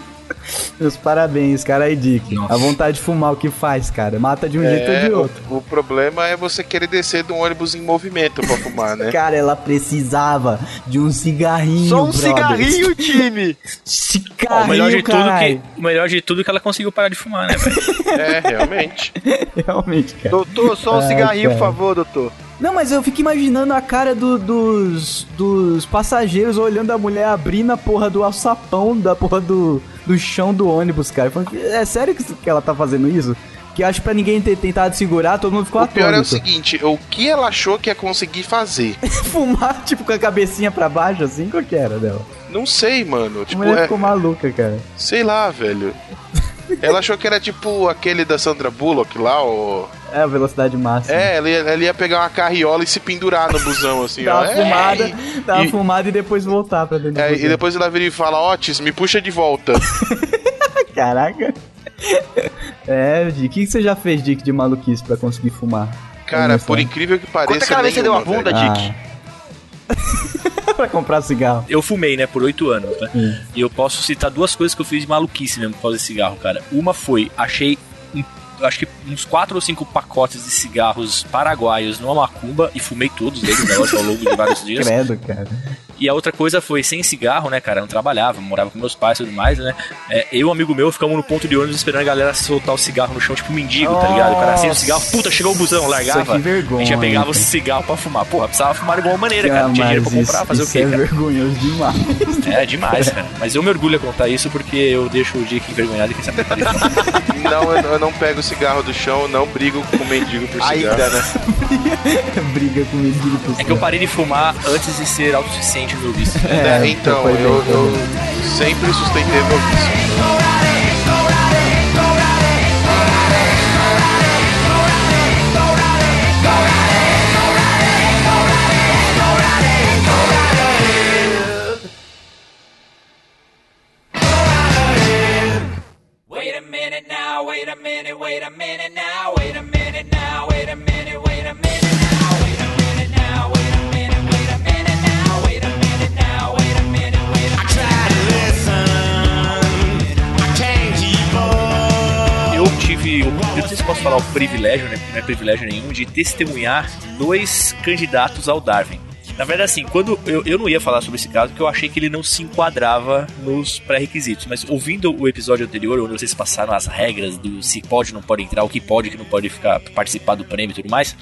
Meus parabéns, cara, aí, Dick. Nossa. A vontade de fumar o que faz, cara. Mata de um jeito ou É, de o, outro. o problema é você querer descer de um ônibus em movimento pra fumar, né? Cara, ela precisava de um cigarrinho, Só um brothers. cigarrinho, time. Ó, Cigarrinho, o melhor de tudo caralho. que o melhor de tudo é que ela conseguiu parar de fumar, né, velho? É, realmente. Realmente, cara. Doutor, só um Ai, cigarrinho, cara. por favor, doutor. Não, mas eu fico imaginando a cara do- dos, dos passageiros olhando a mulher abrindo a porra do alçapão da porra do, do chão do ônibus, cara. Falando, é sério que, que ela tá fazendo isso? Que acho que pra ninguém ter tentado segurar, todo mundo ficou O pior é o atônito. seguinte, o que ela achou que ia conseguir fazer? Fumar, tipo, com a cabecinha pra baixo, assim, qual que era dela? Não sei, mano. A Tipo, mulher é, ficou maluca, cara. sei lá, velho. Ela achou que era tipo aquele da Sandra Bullock lá, o... É a velocidade máxima. É, ela ia, ela ia pegar uma carriola e se pendurar no busão, assim, Dar ó. uma É, fumada, e- dar uma e- fumada e depois voltar pra dentro do É, busão. e depois ela vira e fala, Otis, me puxa de volta. Caraca. É, Dick, o que que você já fez, Dick, de maluquice pra conseguir fumar? Cara, Vamos por ver. incrível que pareça, Quanto é aquela vez que você deu a nenhuma, bunda, velho. Dick? Pra comprar cigarro. Eu fumei, né, por oito anos, né? Hum. E eu posso citar duas coisas que eu fiz de maluquice mesmo por causa desse cigarro, cara. Uma foi, achei, um, acho que uns quatro ou cinco pacotes de cigarros paraguaios numa macumba e fumei todos eles, né, ao longo de vários dias. Credo, cara. E a outra coisa foi, sem cigarro, né, cara, eu não trabalhava, morava com meus pais e tudo mais, né. É, eu e um amigo meu ficamos no ponto de ônibus esperando a galera soltar o cigarro no chão, tipo um mendigo, tá ligado? O cara acende o cigarro, puta, chegou o busão, largava. que vergonha, a gente já pegava o cara. cigarro pra fumar. Porra, precisava fumar de alguma maneira, cara, não tinha mas dinheiro pra comprar, isso, fazer o isso quê, é cara? vergonhoso demais. É demais, cara. Mas eu me orgulho a contar isso porque eu deixo o Dick envergonhado e quem sabe por isso. Não, eu, eu não pego o cigarro do chão, não brigo com o mendigo por cigarro. Ainda, né? Briga com mendigo por É que eu parei de fumar antes de ser autossuficiente no meu vício. É, É, então, foi bem, eu, foi eu bem. sempre sustentei meu vício. sei se posso falar o privilégio, né? Não é privilégio nenhum, de testemunhar dois candidatos ao Darwin. Na verdade, assim, quando eu, eu não ia falar sobre esse caso, porque eu achei que ele não se enquadrava nos pré-requisitos, mas ouvindo o episódio anterior, onde vocês passaram as regras do se pode ou não pode entrar, o que pode e que não pode ficar, participar do prêmio e tudo mais,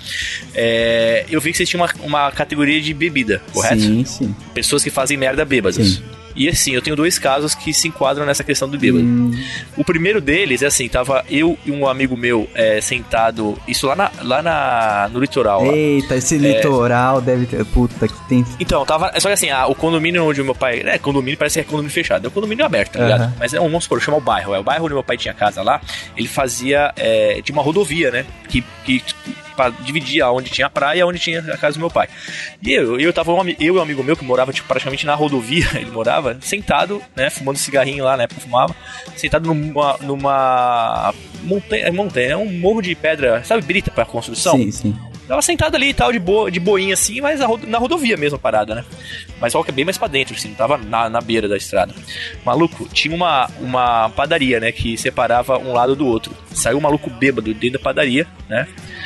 é, eu vi que vocês tinham uma, uma categoria de bebida, correto? Sim, sim. Pessoas que fazem merda bêbadas. Sim. E assim, eu tenho dois casos que se enquadram nessa questão do bêbado. Hum. O primeiro deles é assim, tava eu e um amigo meu é, sentado, isso lá, na, lá na, no litoral. Eita, lá. esse é, litoral deve ter... Puta, que tem... Então, tava... Só que assim, a, o condomínio onde o meu pai... É, condomínio parece que é condomínio fechado. É um condomínio aberto, tá ligado? Uhum. Mas é um, vamos supor, chama o bairro. É o bairro onde meu pai tinha casa lá. Ele fazia... É, de uma rodovia, né? Que... que dividia onde tinha a praia e onde tinha a casa do meu pai. E eu, eu tava um, eu e um amigo meu que morava tipo, praticamente na rodovia, ele morava sentado, né, fumando cigarrinho lá, na época eu fumava, sentado numa, numa montanha, montanha, um morro de pedra, sabe, brita pra construção? Sim, sim. Tava sentado ali e tal, de, boa, de boinha assim, mas na rodovia mesmo a parada, né? Mas só que é bem mais pra dentro, assim, não tava na, na beira da estrada. Maluco, tinha uma, uma padaria, né, que separava um lado do outro. Saiu um maluco bêbado dentro da padaria, né?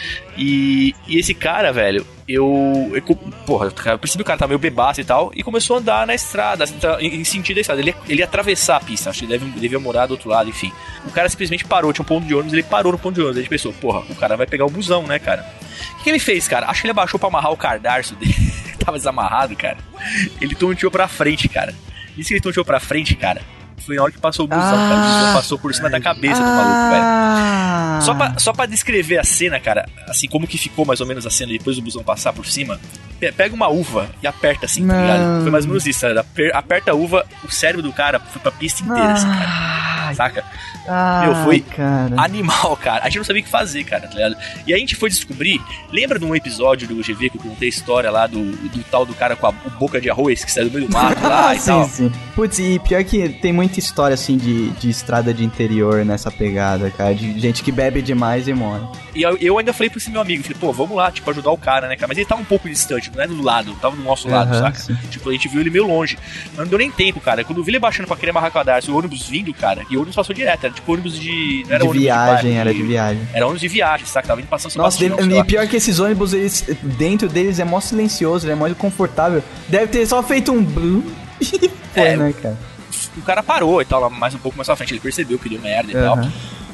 E, e esse cara, velho, eu, eu... Porra, eu percebi que o cara tava meio bebaço e tal, e começou a andar na estrada, em, em sentido da estrada. Ele ia, ele ia atravessar a pista, acho que ele deve, devia morar do outro lado, enfim. O cara simplesmente parou, tinha um ponto de ônibus, ele parou no ponto de ônibus. A gente pensou, porra, o cara vai pegar o busão, né, cara? O que, que ele fez, cara? Acho que ele abaixou pra amarrar o cadarço dele. Tava desamarrado, cara. Ele tonteou pra frente, cara. Isso que ele tonteou pra frente, cara, foi na hora que passou o busão, ah, cara. O busão passou por cima da cabeça ah, do maluco, velho. Só pra, só pra descrever a cena, cara, assim, como que ficou mais ou menos a cena depois do busão passar por cima, pega uma uva e aperta assim, tá ligado? Foi mais ou menos isso, cara. Aperta a uva, o cérebro do cara foi pra pista inteira, assim, cara. Saca? Ai, meu, foi cara. animal, cara. A gente não sabia o que fazer, cara, tá ligado? E a gente foi descobrir, lembra de um episódio do G V que eu contei a história lá do, do tal do cara com a boca de arroz que saiu do meio do mato lá e sim, tal? Sim. Putz, e pior que tem muita história assim de, de estrada de interior nessa pegada, cara, de gente que bebe demais e morre. E eu, eu ainda falei pro esse meu amigo, falei, pô, vamos lá, tipo, ajudar o cara, né, cara? Mas ele tava um pouco distante, não é do lado, tava do nosso lado, uhum, saca? Sim. Tipo, a gente viu ele meio longe. Mas não deu nem tempo, cara. Quando eu vi ele baixando pra querer amarrar com a Darcy, o ônibus vindo, cara, e o ônibus passou direto, era tipo ônibus de... Não era de ônibus viagem, de bairro, era de, de viagem. Era ônibus de viagem, saca? Tava indo passando... Nossa, dele, passando, e pior que esses ônibus, eles, dentro deles é mó silencioso, é mó confortável. Deve ter só feito um... Foi, é, né, cara? O cara parou e tal, mais um pouco mais pra frente, ele percebeu que deu merda e uhum. tal.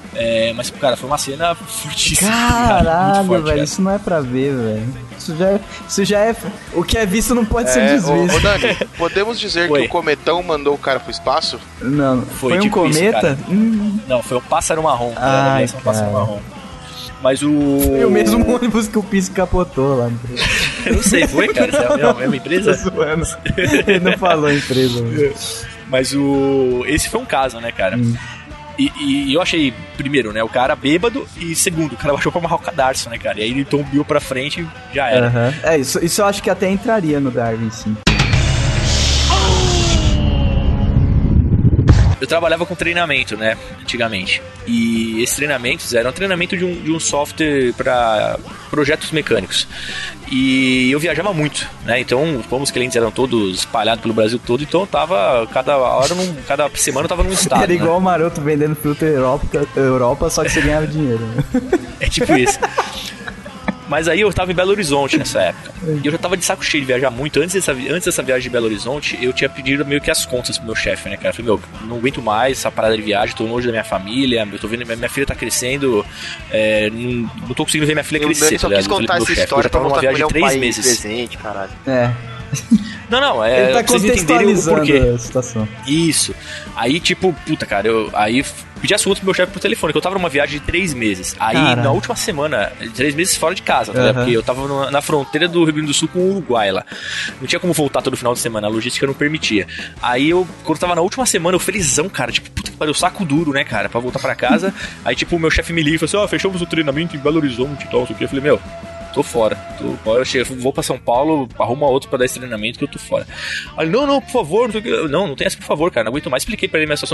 É, mas, cara, foi uma cena fortíssima. Caralho, forte, velho, cara. Isso não é pra ver, velho. Isso já, é, isso já é... O que é visto não pode é, ser desvisto. Ô, ô Dani, podemos dizer foi. que o cometão mandou o cara pro espaço? Não, foi, foi um tipo cometa? Isso, hum. Não, foi um pássaro marrom. Ai, cara, um pássaro marrom. Mas o... Foi o mesmo ônibus que o Pisco capotou lá. Eu não sei, foi, cara? É a mesma empresa? Tô zoando. Ele não falou a empresa. Mano. Mas o... Esse foi um caso, né, cara? Hum. E, e eu achei, primeiro, né, o cara bêbado, e segundo, o cara baixou pra amarrar o cadarço, né, cara? E aí ele tombiu pra frente e já era. Uhum. É, isso, isso eu acho que até entraria no Darwin, sim. Eu trabalhava com treinamento, né, antigamente. E esses treinamentos eram treinamento de um, de um software para projetos mecânicos. E eu viajava muito, né? Então, como os clientes eram todos espalhados pelo Brasil todo, então eu tava, cada hora, num, cada semana eu tava num estado. Era igual né? o Maroto vendendo filtro Europa, Europa, só que você ganhava dinheiro. Né? É tipo isso. Mas aí eu tava em Belo Horizonte nessa época. E eu já tava de saco cheio de viajar muito. Antes dessa, antes dessa viagem de Belo Horizonte, eu tinha pedido meio que as contas pro meu chefe, né, cara? Eu falei, meu, não aguento mais essa parada de viagem, tô longe da minha família, eu tô vendo, minha filha tá crescendo, é, não, não tô conseguindo ver minha filha eu crescer. Eu só quis contar essa chefe, história pra mostrar que ele é um três pai meses. presente, caralho. É. Não, não, é... Ele tá contextualizando a situação. Isso. Aí, tipo, puta, cara, eu... Aí... Pedi as contas pro meu chefe por telefone, que eu tava numa viagem de três meses. Aí, Caralho. na última semana, três meses fora de casa, tá, uhum. Porque eu tava no, na fronteira do Rio Grande do Sul com o Uruguai lá. Não tinha como voltar todo final de semana, a logística não permitia. Aí eu, quando eu tava na última semana, eu felizão, cara, tipo, puta que pariu, saco duro, né, cara, pra voltar pra casa. Aí, tipo, o meu chefe me liga e falou assim, ó, oh, fechamos o treinamento em Belo Horizonte e tal, não sei o que. Eu falei, meu... Tô fora, tô, eu chego, vou pra São Paulo, arruma outro pra dar esse treinamento que eu tô fora. Aí, não, não, por favor, não, sei o que. não, não tem essa, por favor, cara, não aguento mais. Expliquei pra ele a minha situação,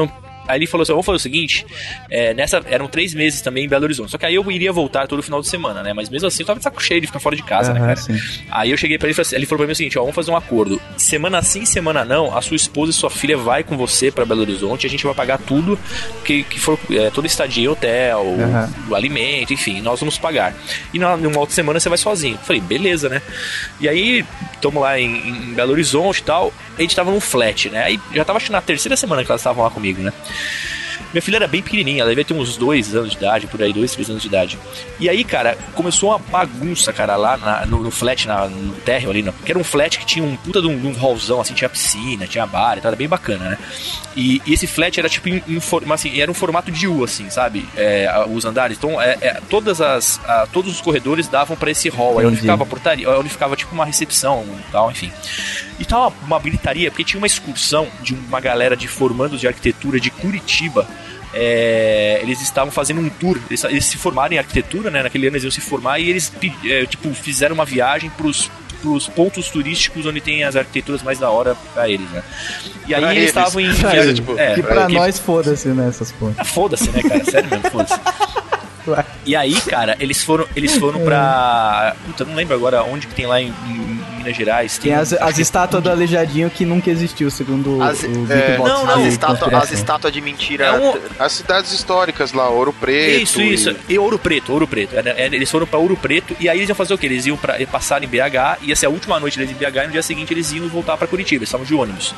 Aí ele falou assim, vamos fazer o seguinte, é, nessa, eram três meses também em Belo Horizonte, só que aí eu iria voltar todo final de semana, né, mas mesmo assim eu tava de saco cheio de ficar fora de casa, uhum, né, cara. Sim. Aí eu cheguei pra ele e falei assim, ele falou pra mim o seguinte, ó, vamos fazer um acordo, semana sim, semana não, a sua esposa e sua filha vai com você pra Belo Horizonte, a gente vai pagar tudo que, que for, é, toda estadia, hotel, uhum, o alimento, enfim, nós vamos pagar. E na, numa outra semana você vai sozinho. Eu falei, beleza, né. E aí, tamo lá em, em Belo Horizonte e tal, a gente tava num flat, né, aí já tava acho que na terceira semana que elas estavam lá comigo, né. Minha filha era bem pequenininha, ela devia ter uns dois anos de idade, por aí, dois, três anos de idade. E aí, cara, começou uma bagunça, cara, lá na, no, no flat, na, no térreo ali, no, que era um flat que tinha um puta de um, de um hallzão, assim, tinha piscina, tinha bar e tal, era bem bacana, né? E, e esse flat era tipo, em, em, assim, era um formato de U, assim, sabe? É, os andares, então, é, é, todas as, a, todos os corredores davam pra esse hall, aí onde ficava a portaria, onde ficava tipo uma recepção e tal, enfim. E tava uma gritaria, porque tinha uma excursão de uma galera de formandos de arquitetura de Curitiba. É, eles estavam fazendo um tour, eles, eles se formaram em arquitetura, né? Naquele ano eles iam se formar e eles é, tipo, fizeram uma viagem pros, pros pontos turísticos onde tem as arquiteturas mais da hora pra eles, né? E aí pra eles estavam em viagem, tipo, é, que pra, pra nós foda-se, né? Essas porra. Ah, foda-se, né, cara? Sério mesmo, foda-se. E aí, cara, eles foram, eles foram pra... Puta, não lembro agora onde que tem lá em, em Minas Gerais. Tem, tem as, as estátuas do Aleijadinho que nunca existiu, segundo as, o é, Não, não, as estátuas as estátua de mentira. É um... As cidades históricas lá, Ouro Preto. Isso, e... isso. E Ouro Preto, Ouro Preto. Eles foram pra Ouro Preto e aí eles iam fazer o quê? Eles iam pra, passar em B H, ia ser a última noite deles em B H e no dia seguinte eles iam voltar pra Curitiba, eles estavam de ônibus.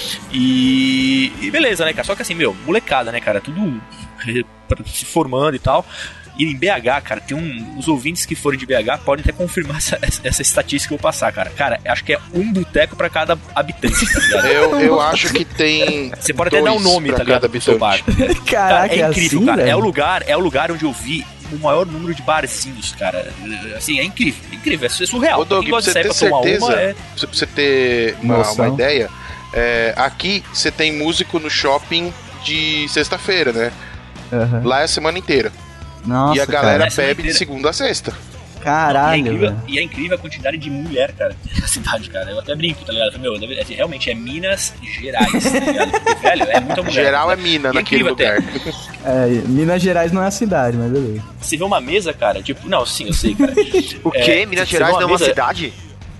E... e beleza, né, cara? Só que assim, meu, molecada, né, cara? Tudo se formando e tal. E em B H, cara, tem um... Os ouvintes que forem de B H podem até confirmar essa, essa estatística que eu vou passar, cara. Cara, acho que é um boteco pra cada habitante, tá ligado? Eu, eu acho que tem... Você pode até dar um nome, tá ligado, pro seu bar. Caraca, cara, é incrível, assim, cara. velho? É o lugar, é o lugar onde eu vi o maior número de barzinhos, cara. Assim, é incrível, é incrível, é surreal. Ô, Doug, pra você ter certeza, uma, é... pra você ter uma, uma ideia, é, aqui você tem músico no shopping de sexta-feira, né? Uhum. Lá é a semana inteira. Nossa, e a galera cara, bebe de segunda a sexta. Caralho, e é, incrível, velho. e é incrível a quantidade de mulher, cara, na cidade, cara. Eu até brinco, tá ligado? Meu, deve, assim, realmente é Minas Gerais, tá ligado? Porque, velho, é muita mulher. Geral tá? é mina e naquele lugar. É, Minas Gerais não é a cidade, mas beleza. Você vê uma mesa, cara, tipo... Não, sim, eu sei, cara. O é, quê? Minas Gerais não é uma mesa... cidade?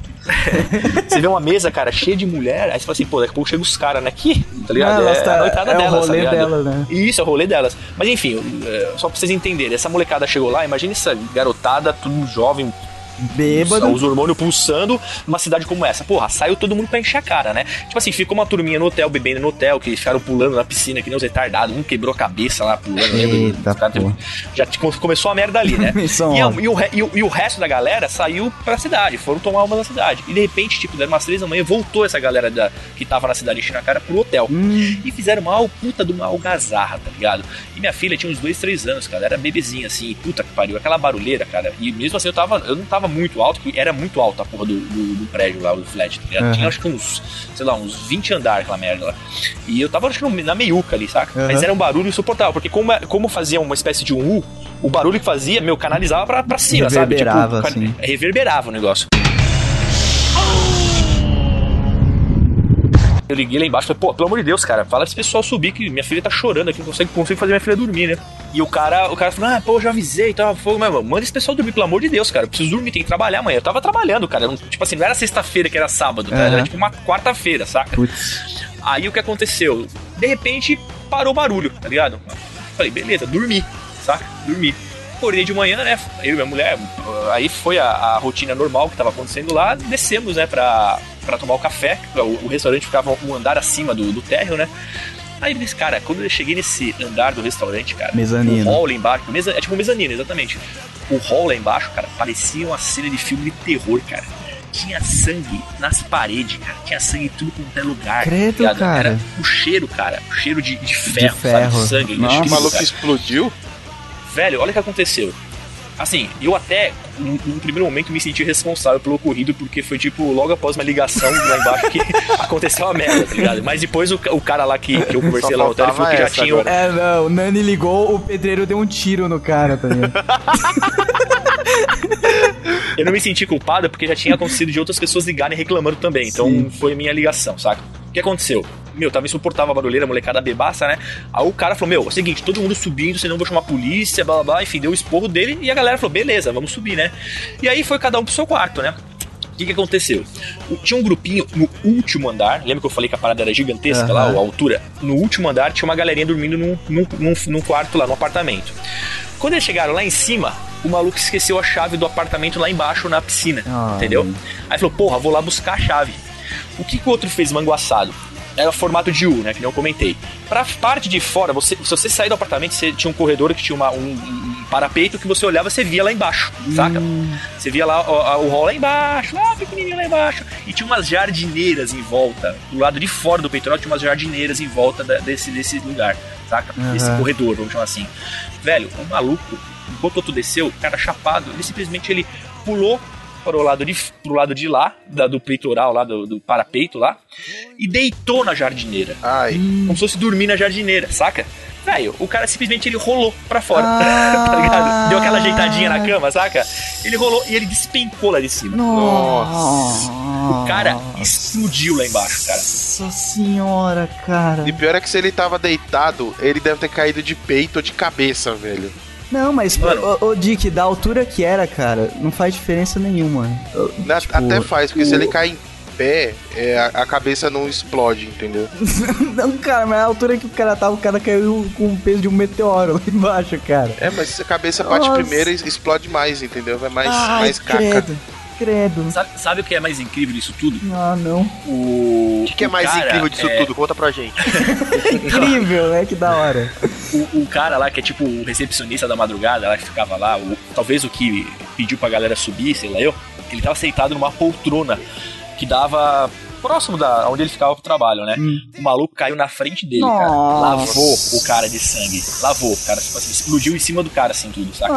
Você vê uma mesa, cara, cheia de mulher, aí você fala assim, pô, daqui a pouco chega os caras, né, aqui, tá ligado? Não, é tá, a noitada é delas, o rolê tá delas, né? Isso, é o rolê delas. Mas enfim, só pra vocês entenderem, essa molecada chegou lá, imagina essa garotada, tudo jovem, bêbado, os hormônios pulsando numa cidade como essa. Porra, saiu todo mundo pra encher a cara, né? Tipo assim, ficou uma turminha no hotel, bebendo no hotel, que eles ficaram pulando na piscina, que nem os retardados, um quebrou a cabeça lá pulando. Eita, cara, já começou a merda ali, né? e, a, e, o, e, o, e o resto da galera saiu pra cidade, foram tomar uma da cidade. E de repente, tipo, deram umas três da manhã, voltou essa galera da, que tava na cidade enchendo a cara pro hotel. Hum. E fizeram uma puta de uma algazarra, tá ligado? E minha filha tinha uns dois, três anos, cara, era bebezinha assim, puta que pariu, aquela barulheira, cara. E mesmo assim eu tava, eu não tava muito alto, que era muito alta a porra do, do, do prédio lá, do flat, tá ligado? Uhum. Tinha acho que uns, sei lá, uns vinte andares aquela merda lá. E eu tava acho que na meiuca ali, saca? Uhum. Mas era um barulho insuportável, porque como, como fazia uma espécie de um U, o barulho que fazia, meu, canalizava pra, pra cima, reverberava, sabe? Tipo, assim. Reverberava o negócio. Eu liguei lá embaixo e falei, pô, pelo amor de Deus, cara, fala esse pessoal subir que minha filha tá chorando aqui, não consigo, consigo fazer minha filha dormir, né? E o cara, o cara falou, ah, pô, eu já avisei e tal, falei, mas manda esse pessoal dormir, pelo amor de Deus, cara, eu preciso dormir, tem que trabalhar amanhã. Eu tava trabalhando, cara, não, tipo assim, não era sexta-feira que era sábado, uhum. Tá? Era tipo uma quarta-feira, saca? Putz. Aí o que aconteceu? De repente, parou o barulho, tá ligado? Falei, beleza, dormi, saca? Dormi. Acordei de manhã, né? Eu e minha mulher, aí foi a, a rotina normal que tava acontecendo lá, descemos, né, pra, pra tomar o café. O, o restaurante ficava um andar acima do, do térreo, né? Aí, cara, quando eu cheguei nesse andar do restaurante, cara, mezanino. O hall lá embaixo, mesa, é tipo um mezanino, exatamente. O hall lá embaixo, cara, parecia uma cena de filme de terror, cara. Tinha sangue nas paredes, cara. Tinha sangue em tudo quanto é lugar. Credo, tá cara. Era o cheiro, cara. O cheiro de, de ferro, de ferro, sabe? De sangue. Nossa, o maluco explodiu? Velho, olha o que aconteceu. Assim, eu até, num, num primeiro momento, me senti responsável pelo ocorrido, porque foi, tipo, logo após uma ligação lá embaixo que aconteceu a merda, tá ligado? Mas depois o, o cara lá que, que eu conversei lá no hotel, ele falou que já tinha... Agora. É, não, o Nani ligou, o pedreiro deu um tiro no cara, tá ligado? Eu não me senti culpado, porque já tinha acontecido de outras pessoas ligarem reclamando também, então Sim. Foi minha ligação, saca? O que aconteceu? meu, tava insuportável a barulheira, a molecada bebaça, né? Aí o cara falou, meu, é o seguinte, todo mundo subindo, senão eu vou chamar a polícia, blá blá blá, enfim, deu o esporro dele e a galera falou, beleza, vamos subir, né? E aí foi cada um pro seu quarto, né? O que que aconteceu? Tinha um grupinho no último andar, lembra que eu falei que a parada era gigantesca uhum. lá, a altura? No último andar tinha uma galerinha dormindo num, num, num, num quarto lá, no apartamento. Quando eles chegaram lá em cima, o maluco esqueceu a chave do apartamento lá embaixo na piscina, ah, entendeu? Aí falou, porra, vou lá buscar a chave. O que que o outro fez manguaçado? Era formato de U, né, que nem eu comentei. Pra parte de fora, você, se você sair do apartamento, você tinha um corredor que tinha uma, um, um parapeito que você olhava, você via lá embaixo, hum. saca? Você via lá o, o hall lá embaixo, lá pequenininho lá embaixo, e tinha umas jardineiras em volta, do lado de fora do peitoral tinha umas jardineiras em volta da, desse, desse lugar, saca? Uhum. Esse corredor, vamos chamar assim. Velho, o maluco, enquanto o outro desceu, o cara chapado, ele simplesmente ele pulou para o lado de, pro lado de lá, da, do peitoral lá, do, do parapeito lá, e deitou na jardineira. Ai. Como se fosse dormir na jardineira, saca? Velho, o cara simplesmente ele rolou pra fora, ah, tá ligado? Deu aquela ajeitadinha na cama, saca? Ele rolou e ele despencou lá de cima. Nossa. O cara explodiu lá embaixo, cara. Nossa senhora, cara. E pior é que se ele tava deitado, ele deve ter caído de peito ou de cabeça, velho. Não, mas, ô, ô Dick, da altura que era, cara, não faz diferença nenhuma. Eu, tipo... Até faz, porque o... se ele cair em pé, é, a, a cabeça não explode, entendeu? Não, cara, mas a altura que o cara tava, o cara caiu com o peso de um meteoro lá embaixo, cara. É, mas se a cabeça bate Nossa. primeiro, explode mais, entendeu? Vai mais, Ai, mais caca. Credo. Credo. Sabe, sabe o que é mais incrível disso tudo? Ah, não. O, o que, que é mais incrível disso é... tudo? Conta pra gente. Incrível, né? Que da hora. O, o cara lá, que é tipo o recepcionista da madrugada, lá que ficava lá, o, talvez o que pediu pra galera subir, sei lá eu, ele tava sentado numa poltrona que dava próximo da onde ele ficava pro trabalho, né? Hum. O maluco caiu na frente dele, Nossa. cara. Lavou o cara de sangue. Lavou, o cara, tipo assim, explodiu em cima do cara, assim, tudo, saca?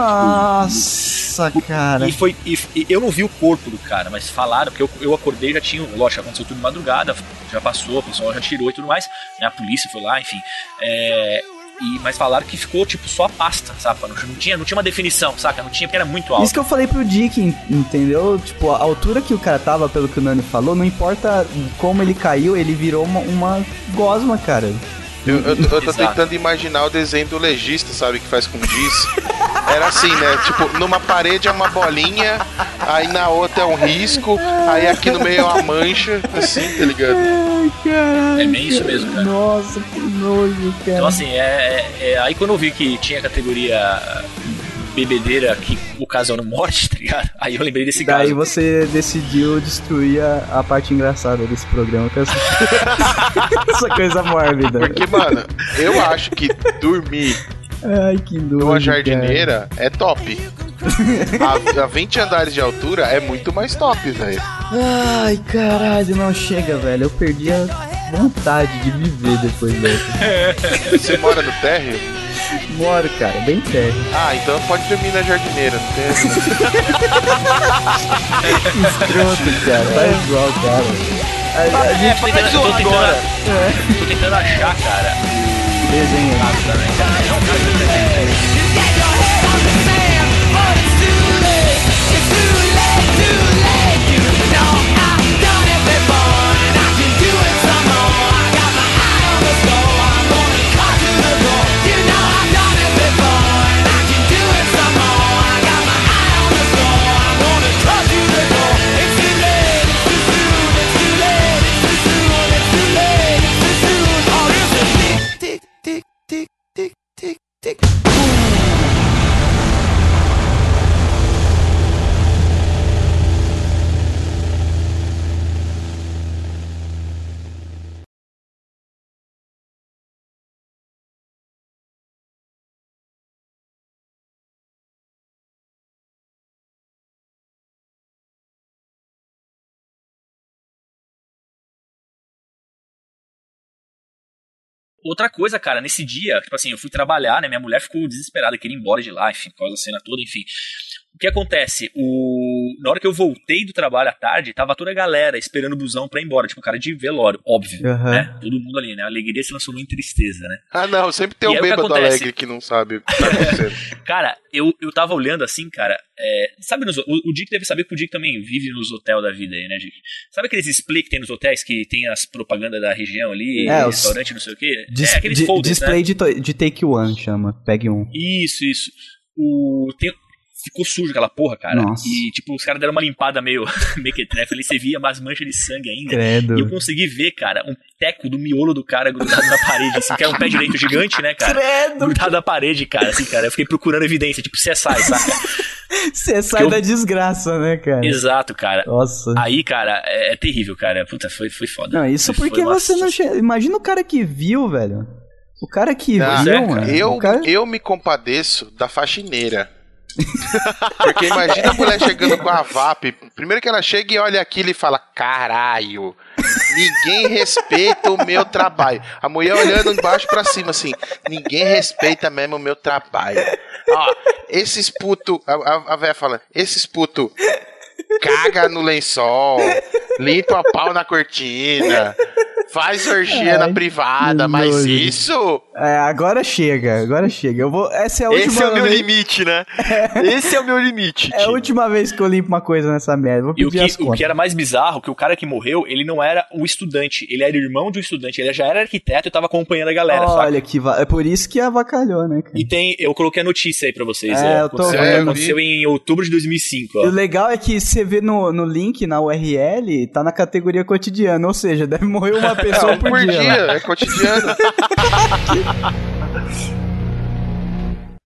Nossa, tipo, cara. E foi. E, e eu não vi o corpo do cara, mas falaram, porque eu, eu acordei, já tinha. Lógico, aconteceu tudo de madrugada, já passou, o pessoal já tirou e tudo mais. Né? A polícia foi lá, enfim. É. E, mas falaram que ficou, tipo, só a pasta, saca? Não, não, tinha, não tinha uma definição, saca? Não tinha, porque era muito alto. Isso que eu falei pro Dick, entendeu? Tipo, a altura que o cara tava, pelo que o Nani falou, não importa como ele caiu, ele virou uma, uma gosma, cara. Eu, eu, eu tô tentando imaginar o desenho do legista, sabe? Que faz com giz. Era assim, né? Tipo, numa parede é uma bolinha, aí na outra é um risco, aí aqui no meio é uma mancha, assim, tá ligado? Ai, caralho. É bem isso mesmo, cara. Nossa, que nojo, cara. Então, assim, é, é, é aí quando eu vi que tinha categoria bebedeira que ocasiona morte, tá ligado? Aí eu lembrei desse caso. Daí você decidiu destruir a, a parte engraçada desse programa com essa, essa coisa mórbida. Porque, mano, eu acho que dormir Ai, que nojo, numa jardineira cara. é top. A, a vinte andares de altura é muito mais top, velho. Ai, caralho, não chega, velho. Eu perdi a vontade de viver depois dessa. Você mora no térreo? Moro, cara, bem térreo. Ah, então pode dormir na jardineira, não tem essa. Escroto, cara, tá igual, cara. A, a é, gente tô tentando, tô tentando, agora. É. Tô tentando achar, cara, o desenho caso da internet. É um caso da internet. Outra coisa, cara, nesse dia, tipo assim, eu fui trabalhar, né, minha mulher ficou desesperada, queria ir embora de lá, enfim, por causa da cena toda, enfim. O que acontece? O... na hora que eu voltei do trabalho à tarde, tava toda a galera esperando o busão pra ir embora. Tipo, cara de velório, óbvio, Uhum. né? Todo mundo ali, né? A alegria se transformou em tristeza, né? Ah, não, sempre tem E um aí o que bêbado acontece? alegre que não sabe o que tá acontecendo. Cara, eu, eu tava olhando assim, cara, é, sabe, nos, o, o Dick deve saber que o Dick também vive nos hotéis da vida aí, né, Dick? Sabe aqueles display que tem nos hotéis, que tem as propagandas da região ali, É, os- restaurante, não sei o quê? Dis- é, aqueles di- folders, display né? de, to- de take one, chama. Pegue um. Isso, isso. O, tem, ficou sujo aquela porra, cara. Nossa. E, tipo, os caras deram uma limpada meio mequetrefe ali, você via umas manchas de sangue ainda. Credo. E eu consegui ver, cara, um teco do miolo do cara grudado na parede, assim, que era um pé direito gigante, né, cara? Credo. Grudado na parede, cara, assim, cara. Eu fiquei procurando evidência, tipo C S I, saca? Você sai eu- da desgraça, né, cara? Exato, cara. Nossa. Aí, cara, é, é terrível, cara. Puta, foi, foi foda. Não, isso Foi- porque foi uma- você não chega. Imagina o cara que viu, velho. O cara que Ah, viu, é, mano. Eu, O cara... eu me compadeço da faxineira. Porque imagina a mulher chegando com a V A P. Primeiro que ela chega e olha aquilo e fala: caralho, ninguém respeita o meu trabalho. A mulher olhando embaixo pra cima assim: ninguém respeita mesmo o meu trabalho. Ó, esses puto. A, a, a véia fala: esses puto caga no lençol, limpa a pau na cortina, faz orgia Ai, na privada, que mas nojo. isso. É, agora chega, agora chega. Eu vou. Essa é a última Esse é o meu vez. limite, né? Esse é o meu limite. É a última vez que eu limpo uma coisa nessa merda. Vou E o pedir que, as o contas. que era mais bizarro, que o cara que morreu, ele não era um estudante, ele era irmão de um estudante, ele já era arquiteto e tava acompanhando a galera, saca? Olha que va... É por isso que avacalhou, né, cara? E tem, eu coloquei a notícia aí pra vocês. É, é, eu tô aconteceu, vendo. aconteceu em outubro de dois mil e cinco, ó. E o legal é que você vê no, no link, na U R L, tá na categoria cotidiana, ou seja, deve morrer uma pessoa É, um por, por dia. dia, lá. é cotidiano.